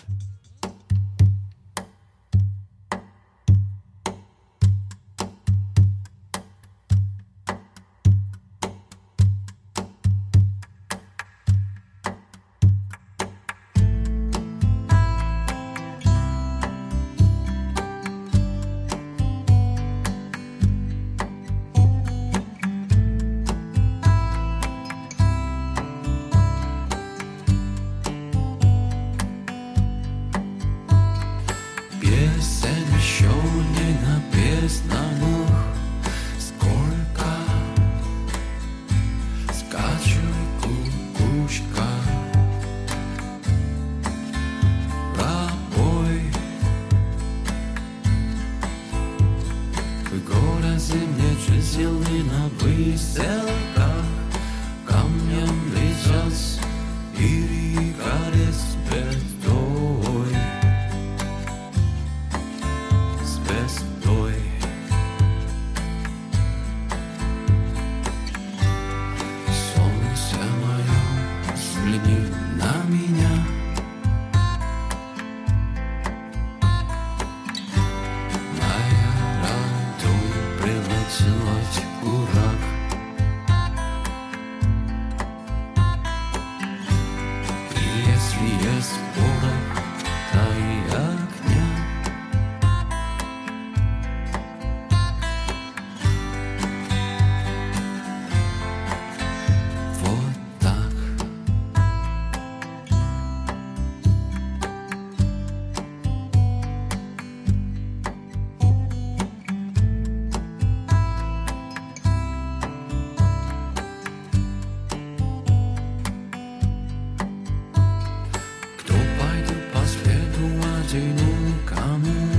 Кому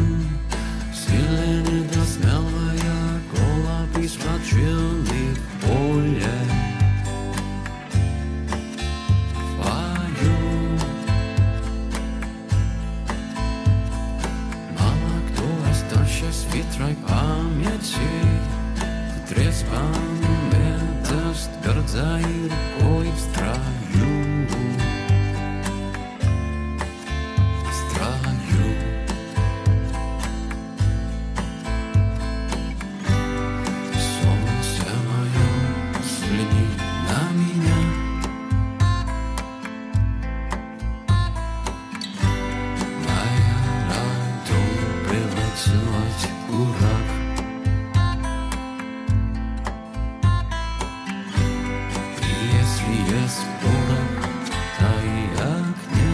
острой памяти Трец памятость гордza и рукой в строю Солнце мое, взгляни на меня Моя ладонь превратилась в курок И если есть порох, то и огня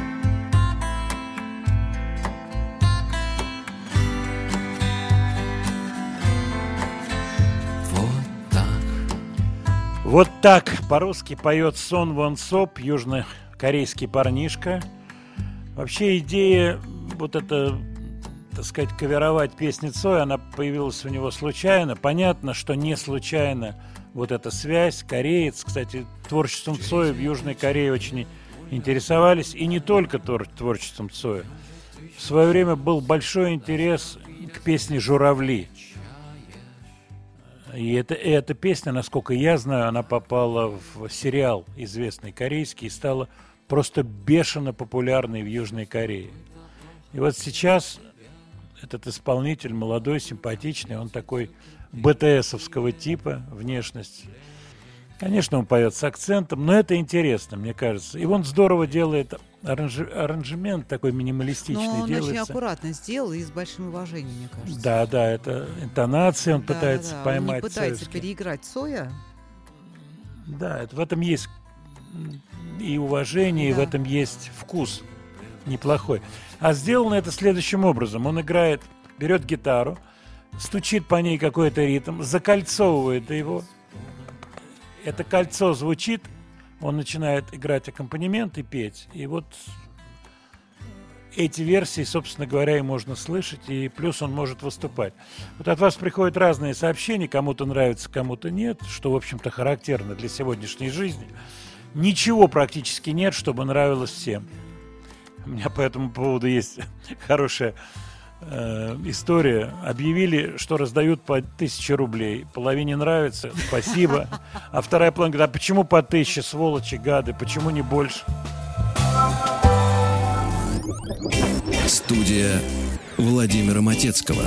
Вот так по-русски поет Сон Вон Соп, южнокорейский парнишка. Вообще идея вот это, так сказать, каверовать песни Цоя, она появилась у него случайно. Понятно, что не случайно вот эта связь. Кореец, кстати, творчеством Цоя в Южной Корее очень интересовались. И не только творчеством Цоя. В свое время был большой интерес к песне «Журавли». И эта песня, насколько я знаю, она попала в сериал известный корейский и стала просто бешено популярной в Южной Корее. И вот сейчас этот исполнитель молодой, симпатичный, он такой БТСовского типа внешность. Конечно, он поет с акцентом, но это интересно, мне кажется. И он здорово делает аранжемент такой минималистичный. Но он делается. Очень аккуратно сделал и с большим уважением, мне кажется. Да, это интонации он пытается поймать. Он не пытается Цоевский. переиграть Цоя. Да, в этом есть и уважение, и в этом есть вкус неплохой. А сделано это следующим образом. Он берет гитару, стучит по ней какой-то ритм, закольцовывает его. Это кольцо звучит, он начинает играть аккомпанемент и петь. И вот эти версии, собственно говоря, и можно слышать, и плюс он может выступать. Вот от вас приходят разные сообщения, кому-то нравится, кому-то нет, что, в общем-то, характерно для сегодняшней жизни. Ничего практически нет, чтобы нравилось всем. У меня по этому поводу есть хорошая история. Объявили, что раздают по 1000 рублей. Половине нравится, спасибо. А вторая половина говорит, а почему по 1000, сволочи, гады, почему не больше? Студия Владимира Матецкого.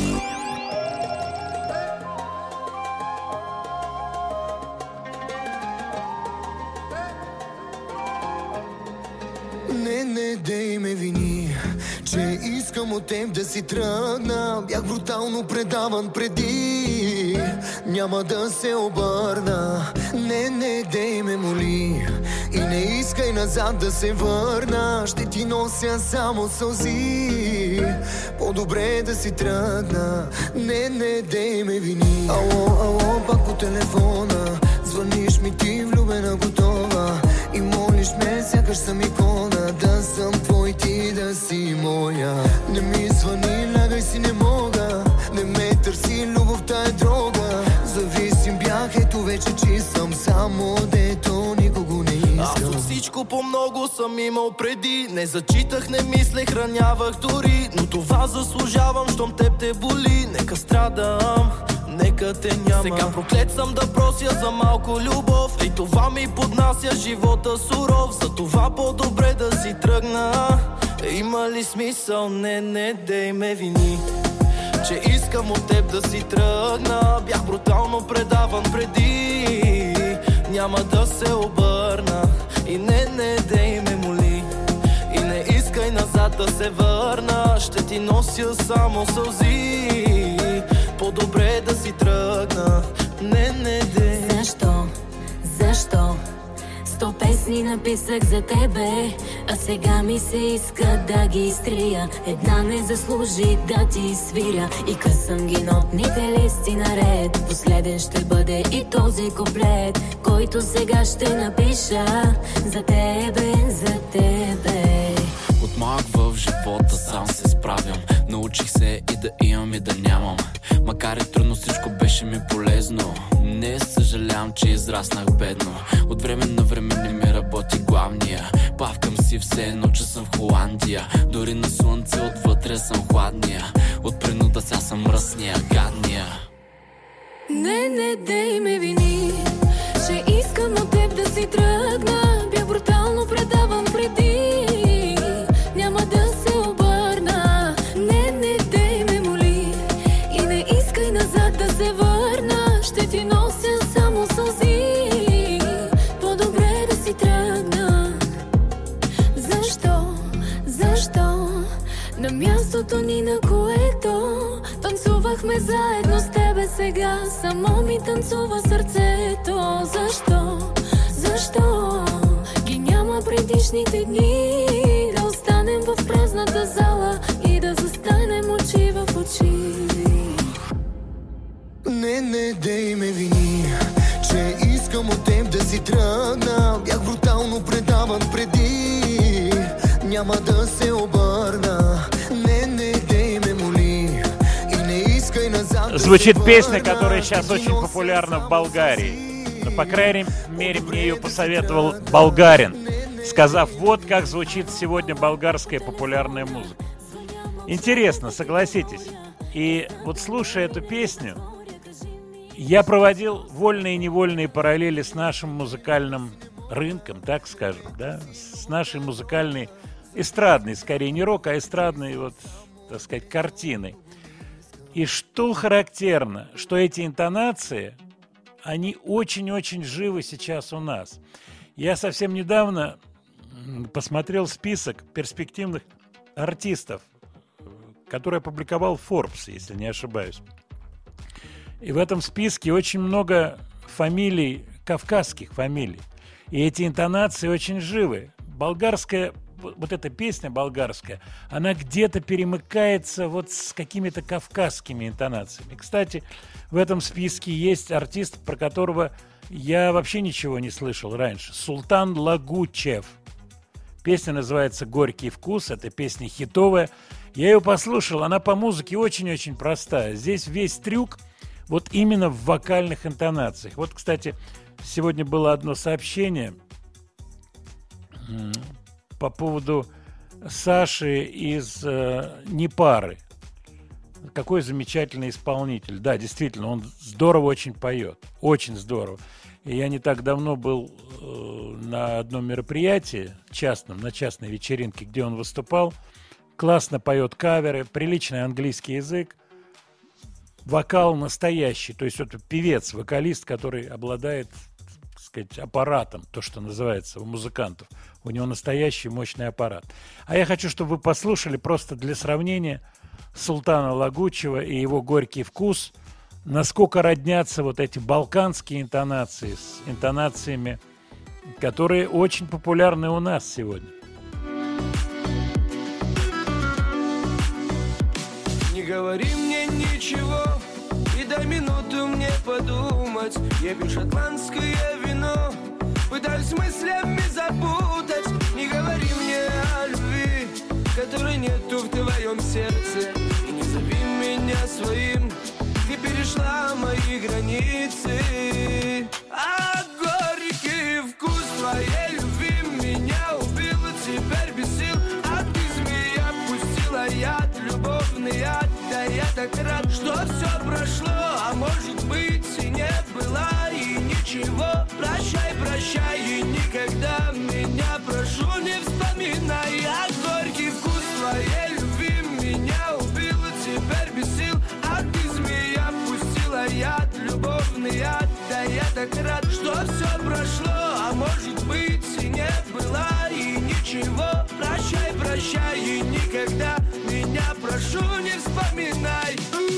Не дей ме вини, че искам от теб да си тръгна. Бях брутално предаван преди, няма да се обърна. Не дей ме моли и не искай назад да се върна. Ще ти нося само сълзи, по-добре да си тръгна. Не дей ме вини. Ало, пак по телефона звъниш ми ти влюбена готова и молиш ме, сякаш съм икона, да съм твой, ти да си моя. Не ми звъни, лягай си, не мога, не ме търси, любовта е дрога. Зависим бях, ето вече, че съм само дето никого не искам. Аз от всичко по-много съм имал преди, не зачитах, не мислех, ранявах дори, но това заслужавам, щом теб те боли. Нека страдам, нека те няма. Сега проклет съм да прося за малко любов, и това ми поднася живота суров. За това по-добре да си тръгна. Има ли смисъл? Не дей ме вини, че искам от теб да си тръгна. Бях брутално предаван преди, няма да се обърна. И не дей ме моли и не искай назад да се върна. Ще ти нося само сълзи, по-добре да си тръгна. Не дей. Защо? 100 песни написах за тебе, а сега ми се иска да ги изтрия. Една не заслужи да ти свиря и късам ги нотните листи наред. Последен ще бъде и този куплет, който сега ще напиша за тебе. От малък в живота сам се справям. Научих се и да имам и да нямам. Макар и трудно, всичко беше ми полезно. Не съжалявам, че израснах бедно. От време на време не ми работи главния. Плавкам си все едно, че съм в Холандия. Дори на слънце отвътре съм хладния. От принуда сега съм мръсния, гадния. Не, дей ме вини, че искам от теб да си тръгна. Бях брутално предаван преди, няма да се обърна. Не, дей ме моли и не искай назад да се върна. Ще ти нося само сълзи, по-добре да си тръгна. Защо на мястото ни, на което танцувахме заедно с тебе, сега само ми танцува сърцето. Защо ги няма предишните дни? Да останем в празната зала и да застанем очи в очи. Не, дей ме вини, че искам от теб да си тръгна. Бях брутално предаван преди, няма да се обърна. Не, дей ме моли и не искай назад. Звучит песня, которая сейчас очень популярна в Болгарии. Но, по крайней мере, мне ее посоветовал болгарин, сказав, вот как звучит сегодня болгарская популярная музыка. Интересно, согласитесь. И вот слушая эту песню, я проводил вольные и невольные параллели с нашим музыкальным рынком, так скажем, да, с нашей музыкальной, эстрадной, скорее не рок, а эстрадной, вот, так сказать, картиной. И что характерно, что эти интонации, они очень-очень живы сейчас у нас. Я совсем недавно посмотрел список перспективных артистов, который опубликовал Forbes, если не ошибаюсь. И в этом списке очень много фамилий, кавказских фамилий. И эти интонации очень живы. Болгарская, вот эта песня болгарская, она где-то перемыкается вот с какими-то кавказскими интонациями. Кстати, в этом списке есть артист, про которого я вообще ничего не слышал раньше. Султан Лагучев. Песня называется «Горький вкус». Эта песня хитовая. Я ее послушал, она по музыке очень-очень простая. Здесь весь трюк вот именно в вокальных интонациях. Вот, кстати, сегодня было одно сообщение по поводу Саши из Непары. Какой замечательный исполнитель. Да, действительно, он здорово очень поет. Очень здорово. И я не так давно был на одном мероприятии частном, на частной вечеринке, где он выступал. Классно поет каверы, приличный английский язык. Вокал настоящий, то есть это певец, вокалист, который обладает, так сказать, аппаратом, то, что называется у музыкантов. У него настоящий мощный аппарат. А я хочу, чтобы вы послушали просто для сравнения Султана Лагучева и его «Горький вкус», насколько роднятся вот эти балканские интонации с интонациями, которые очень популярны у нас сегодня. Не говори мне ничего и дай минуту мне подумать. Я пью шотландское вино, пытаюсь мыслями запутать. Не говори мне о любви, которой нету в твоем сердце. И не зови меня своим, ты перешла мои границы. А горький вкус твоей любви меня убил, теперь без сил. А ты, змея, пустила яд, любовный яд. Да я так рад, что все прошло, а может быть и не было, и ничего. Прощай, прощай, и никогда меня, прошу, не вспоминай. А горький вкус твоей любви меня убил, теперь без сил. А ты, змея, пустила яд, любовный яд. Да я так рад, что все прошло, а может быть и не было, и ничего. Прощай, прощай, и никогда меня, прошу, не вспоминай.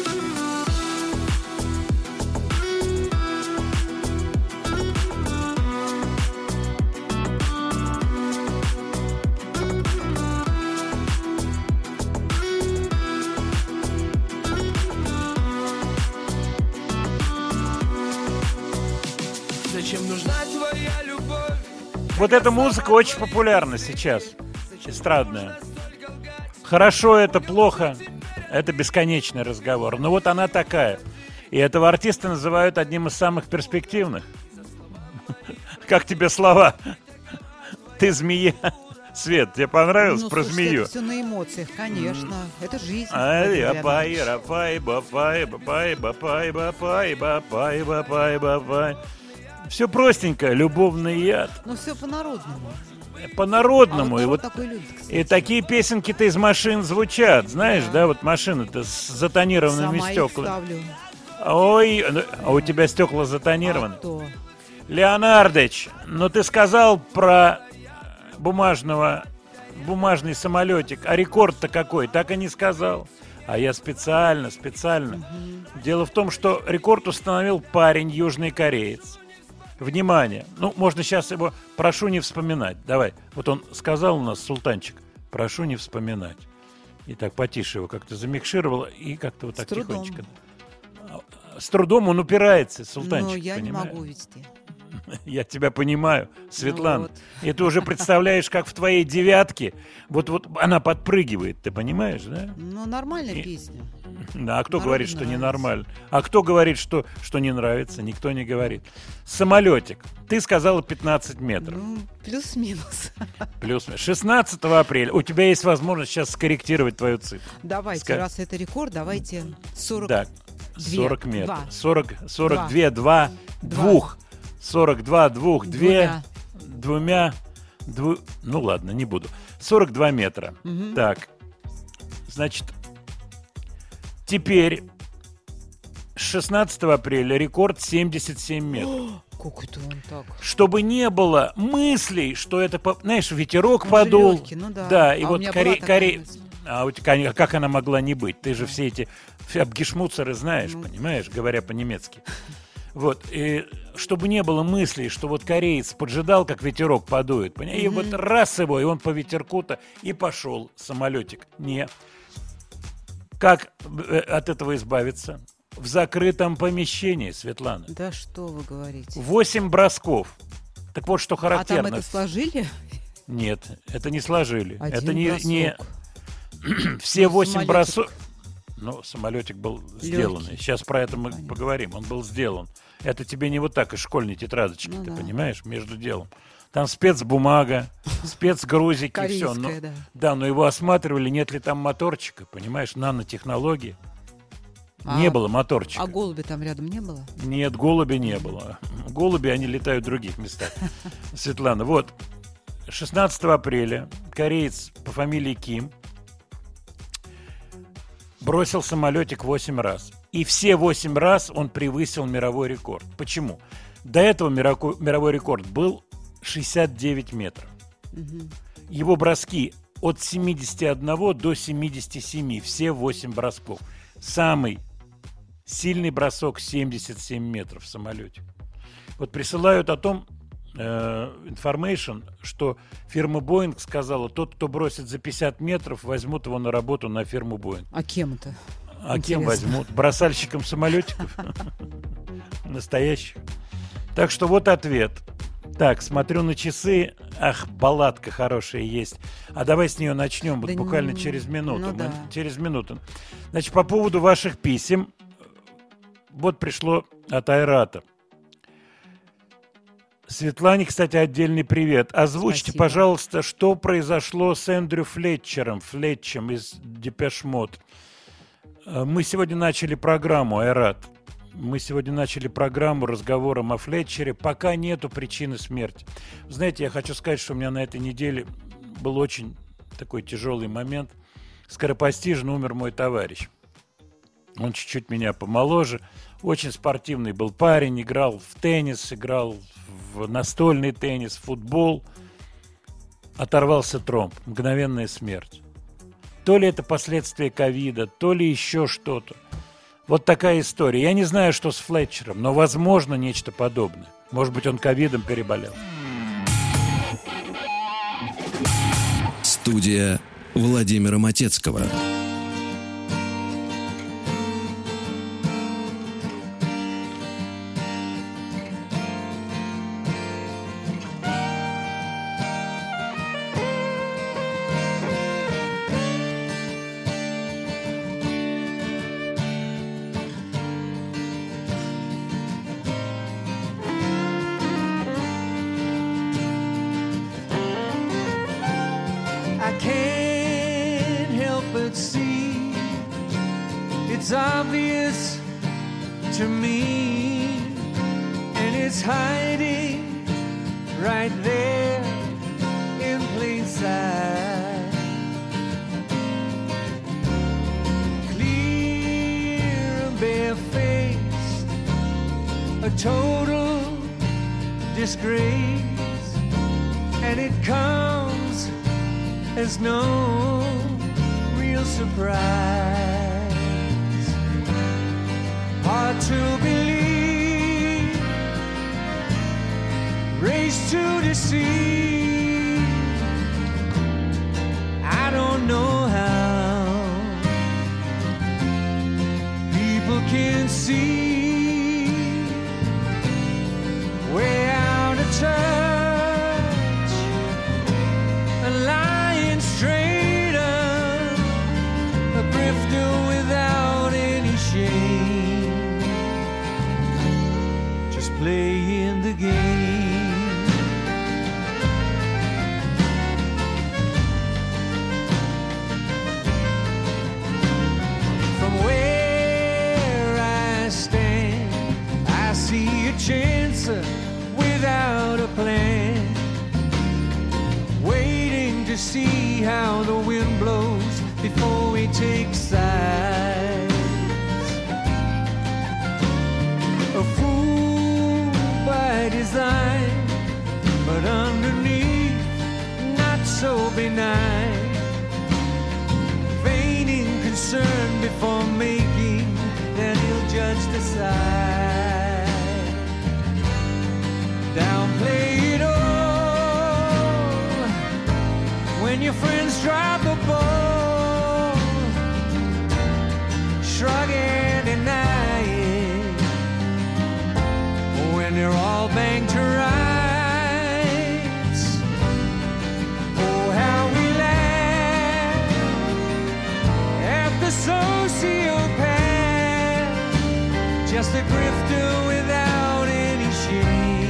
Зачем нужна твоя любовь? Вот эта музыка очень популярна сейчас, эстрадная. Хорошо это, плохо, это бесконечный разговор. Но вот она такая. И этого артиста называют одним из самых перспективных. Как тебе слова? Ты змея, Свет, тебе понравилось про слушайте, змею? Это все на эмоциях, конечно. Это жизнь. Все простенько, любовный яд. Ну, все по-народному. По-народному. А И вот вот такой любит, кстати. и такие песенки-то из машин звучат, знаешь, да, вот машины-то с затонированными Сама их стеклами. ставлю. Ой, а у тебя стекла затонированы. А то. Леонардович, ну ты сказал про бумажный самолетик, а рекорд-то какой? Так и не сказал. А я специально. Дело в том, что рекорд установил парень, южный кореец. Внимание, ну, можно сейчас его «прошу не вспоминать». Давай, вот он сказал у нас, Султанчик, «прошу не вспоминать». И так потише его как-то замикшировал, и как-то вот так тихонечко. С трудом он упирается, Султанчик, но я понимаешь? не могу вести. Я тебя понимаю, Светлана. Вот. И ты уже представляешь, как в твоей девятке вот она подпрыгивает, ты понимаешь, да? Ну, нормальная песня. Да, а кто Народу говорит, что нравится. ненормально? А кто говорит, что не нравится? Никто не говорит. Самолетик. Ты сказала 15 метров. Ну, плюс-минус. Плюс-минус. 16 апреля. У тебя есть возможность сейчас скорректировать твою цифру. Давайте, раз это рекорд, давайте 40. Да, 40 метров. 42, 42, 2, ну ладно, не буду. 42 метра. Мгм. Так, значит, теперь с 16 апреля рекорд 77 метров. Как это он так? Чтобы не было мыслей, что это, знаешь, ветерок подул. лёгкий, ну да. Да, и А у вот меня была такая мысль. А у тебя, как она могла не быть? Ты же все эти абгешмуцеры знаешь, понимаешь, говоря по-немецки. Вот, и чтобы не было мыслей, что вот кореец поджидал, как ветерок подует, понимаешь? И вот раз его, и он по ветерку-то и пошел самолетик. Не. Как от этого избавиться? В закрытом помещении, Светлана. Да что вы говорите? 8 бросков. Так вот, что характерно. А там это сложили? Нет, это не сложили. Один это не бросок. все Ну, 8 самолетик. бросок. Ну, самолетик был сделанный. Сейчас про это мы поговорим. Он был сделан. Это тебе не вот так из школьной тетрадочки, Ну ты да. понимаешь, между делом. Там спецбумага, спецгрузики, все. Корейская, да. Да, но его осматривали, нет ли там моторчика, понимаешь, нанотехнологии. Не было моторчика. А голуби там рядом не было? Нет, голуби не было. Голуби, они летают в других местах. Светлана, вот, 16 апреля кореец по фамилии Ким бросил самолетик 8 раз. И все 8 раз он превысил мировой рекорд. Почему? До этого мировой рекорд был 69 метров. Его броски от 71 до 77, все 8 бросков. Самый сильный бросок 77 метров в самолете. Вот присылают о том information, что фирма Boeing сказала, тот, кто бросит за 50 метров, возьмут его на работу на фирму Boeing. А кем это? А Интересно. кем возьмут? Бросальщиком самолетиков? Настоящих. Так что вот ответ. Так, смотрю на часы. Ах, балладка хорошая есть. А давай с нее начнем, вот Да буквально ну, через минуту. ну да. Через минуту. Значит, по поводу ваших писем. Вот пришло от Айрата. Светлане, кстати, отдельный привет. Озвучьте, Спасибо. пожалуйста, что произошло с Эндрю Флетчем из Депеш Мод. Мы сегодня начали программу, Айрат. Мы сегодня начали программу разговором о Флетчере. Пока нету причины смерти. Знаете, я хочу сказать, что у меня на этой неделе был очень такой тяжелый момент. Скоропостижно умер мой товарищ. Он чуть-чуть меня помоложе. Очень спортивный был парень. Играл в теннис, играл в настольный теннис, в футбол. Оторвался тромб. Мгновенная смерть. То ли это последствия ковида, то ли еще что-то. Вот такая история. Я не знаю, что с Флетчером, но, возможно, нечто подобное. Может быть, он ковидом переболел. Студия Владимира Матецкого. could see. It's obvious to me, and it's hiding right there in plain sight. Clear and barefaced, a total disgrace, and it comes as no real surprise. Hard to believe, race to deceive. I don't know how people can see way out of touch, a lying straight up, a grifter without any shame, just playing the game. From where I stand, I see a chance without a plan, waiting to see how the wind blows before we take sides. A fool by design, but underneath not so benign, feigning concern before making, then he'll judge the side. Downplay it all when your friends drop the ball. Shrug and deny it when they're all banged to rights. Oh, how we laugh at the sociopath, just a grifter without any shame.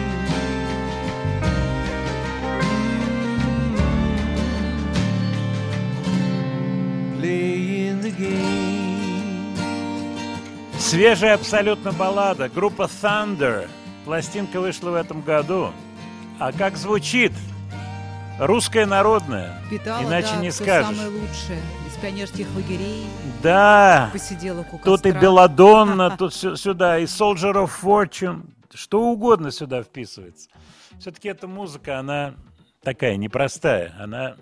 Playing the game. Свежая абсолютно баллада. Группа Thunder. Пластинка вышла в этом году. А как звучит? Русская народная. Питала, иначе да, не все скажешь. самое лучшее. Из пионерских лагерей. Да. Посиделок у Тут и костра. Белладонна, тут сюда, и Soldier of Fortune. Что угодно сюда вписывается. Все-таки эта музыка, она такая непростая. Она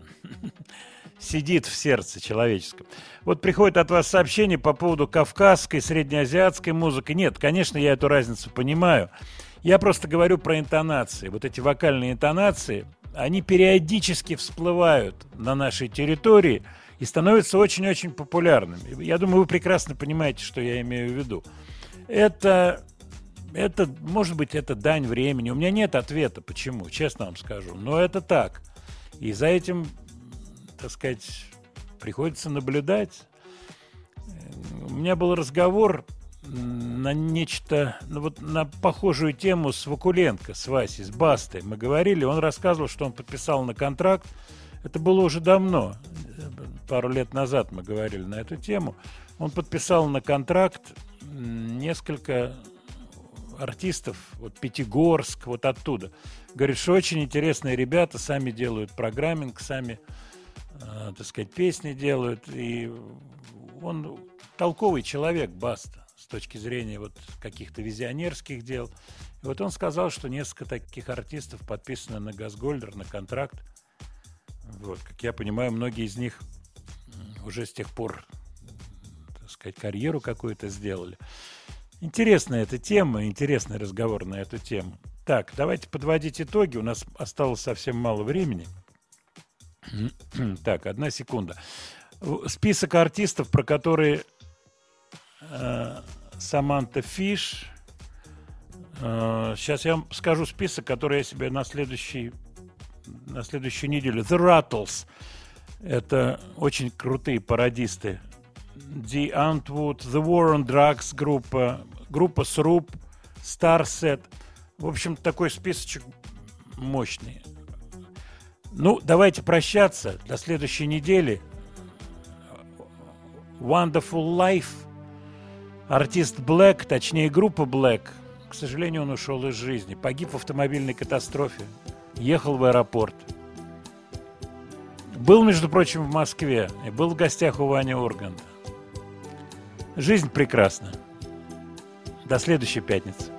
сидит в сердце человеческом. Вот приходит от вас сообщение по поводу кавказской, среднеазиатской музыки. Нет, конечно, я эту разницу понимаю. Я просто говорю про интонации. Вот эти вокальные интонации, они периодически всплывают на нашей территории и становятся очень-очень популярными. Я думаю, вы прекрасно понимаете, что я имею в виду. Это, может быть, это дань времени. У меня нет ответа, почему, честно вам скажу. Но это так. И за этим, так сказать, приходится наблюдать. У меня был разговор на нечто, ну вот на похожую тему с Вакуленко, с Васей, с Бастой. Мы говорили, он рассказывал, что он подписал на контракт. Это было уже давно, пару лет назад мы говорили на эту тему. Он подписал на контракт несколько артистов, вот Пятигорск, вот оттуда. Говорит, что очень интересные ребята, сами делают программинг, сами, так сказать, песни делают. И он толковый человек, Баста, с точки зрения вот каких-то визионерских дел. И вот он сказал, что несколько таких артистов подписаны на Газгольдер, на контракт. Вот, как я понимаю, многие из них уже с тех пор, так сказать, карьеру какую-то сделали. Интересная эта тема, интересный разговор на эту тему. Так, давайте подводить итоги. У нас осталось совсем мало времени. Так, 1 секунда. Список артистов, про которые Саманта Фиш. Сейчас я вам скажу список, который я себе на следующую неделю. The Rattles. Это очень крутые пародисты. The Antwood, The War on Drugs группа Сруб, Starset. В общем, такой списочек мощный. Ну, давайте прощаться. До следующей недели. Wonderful Life. Артист Black, точнее группа Black, к сожалению, он ушел из жизни. Погиб в автомобильной катастрофе. Ехал в аэропорт. Был, между прочим, в Москве. И был в гостях у Вани Урганта. Жизнь прекрасна. До следующей пятницы.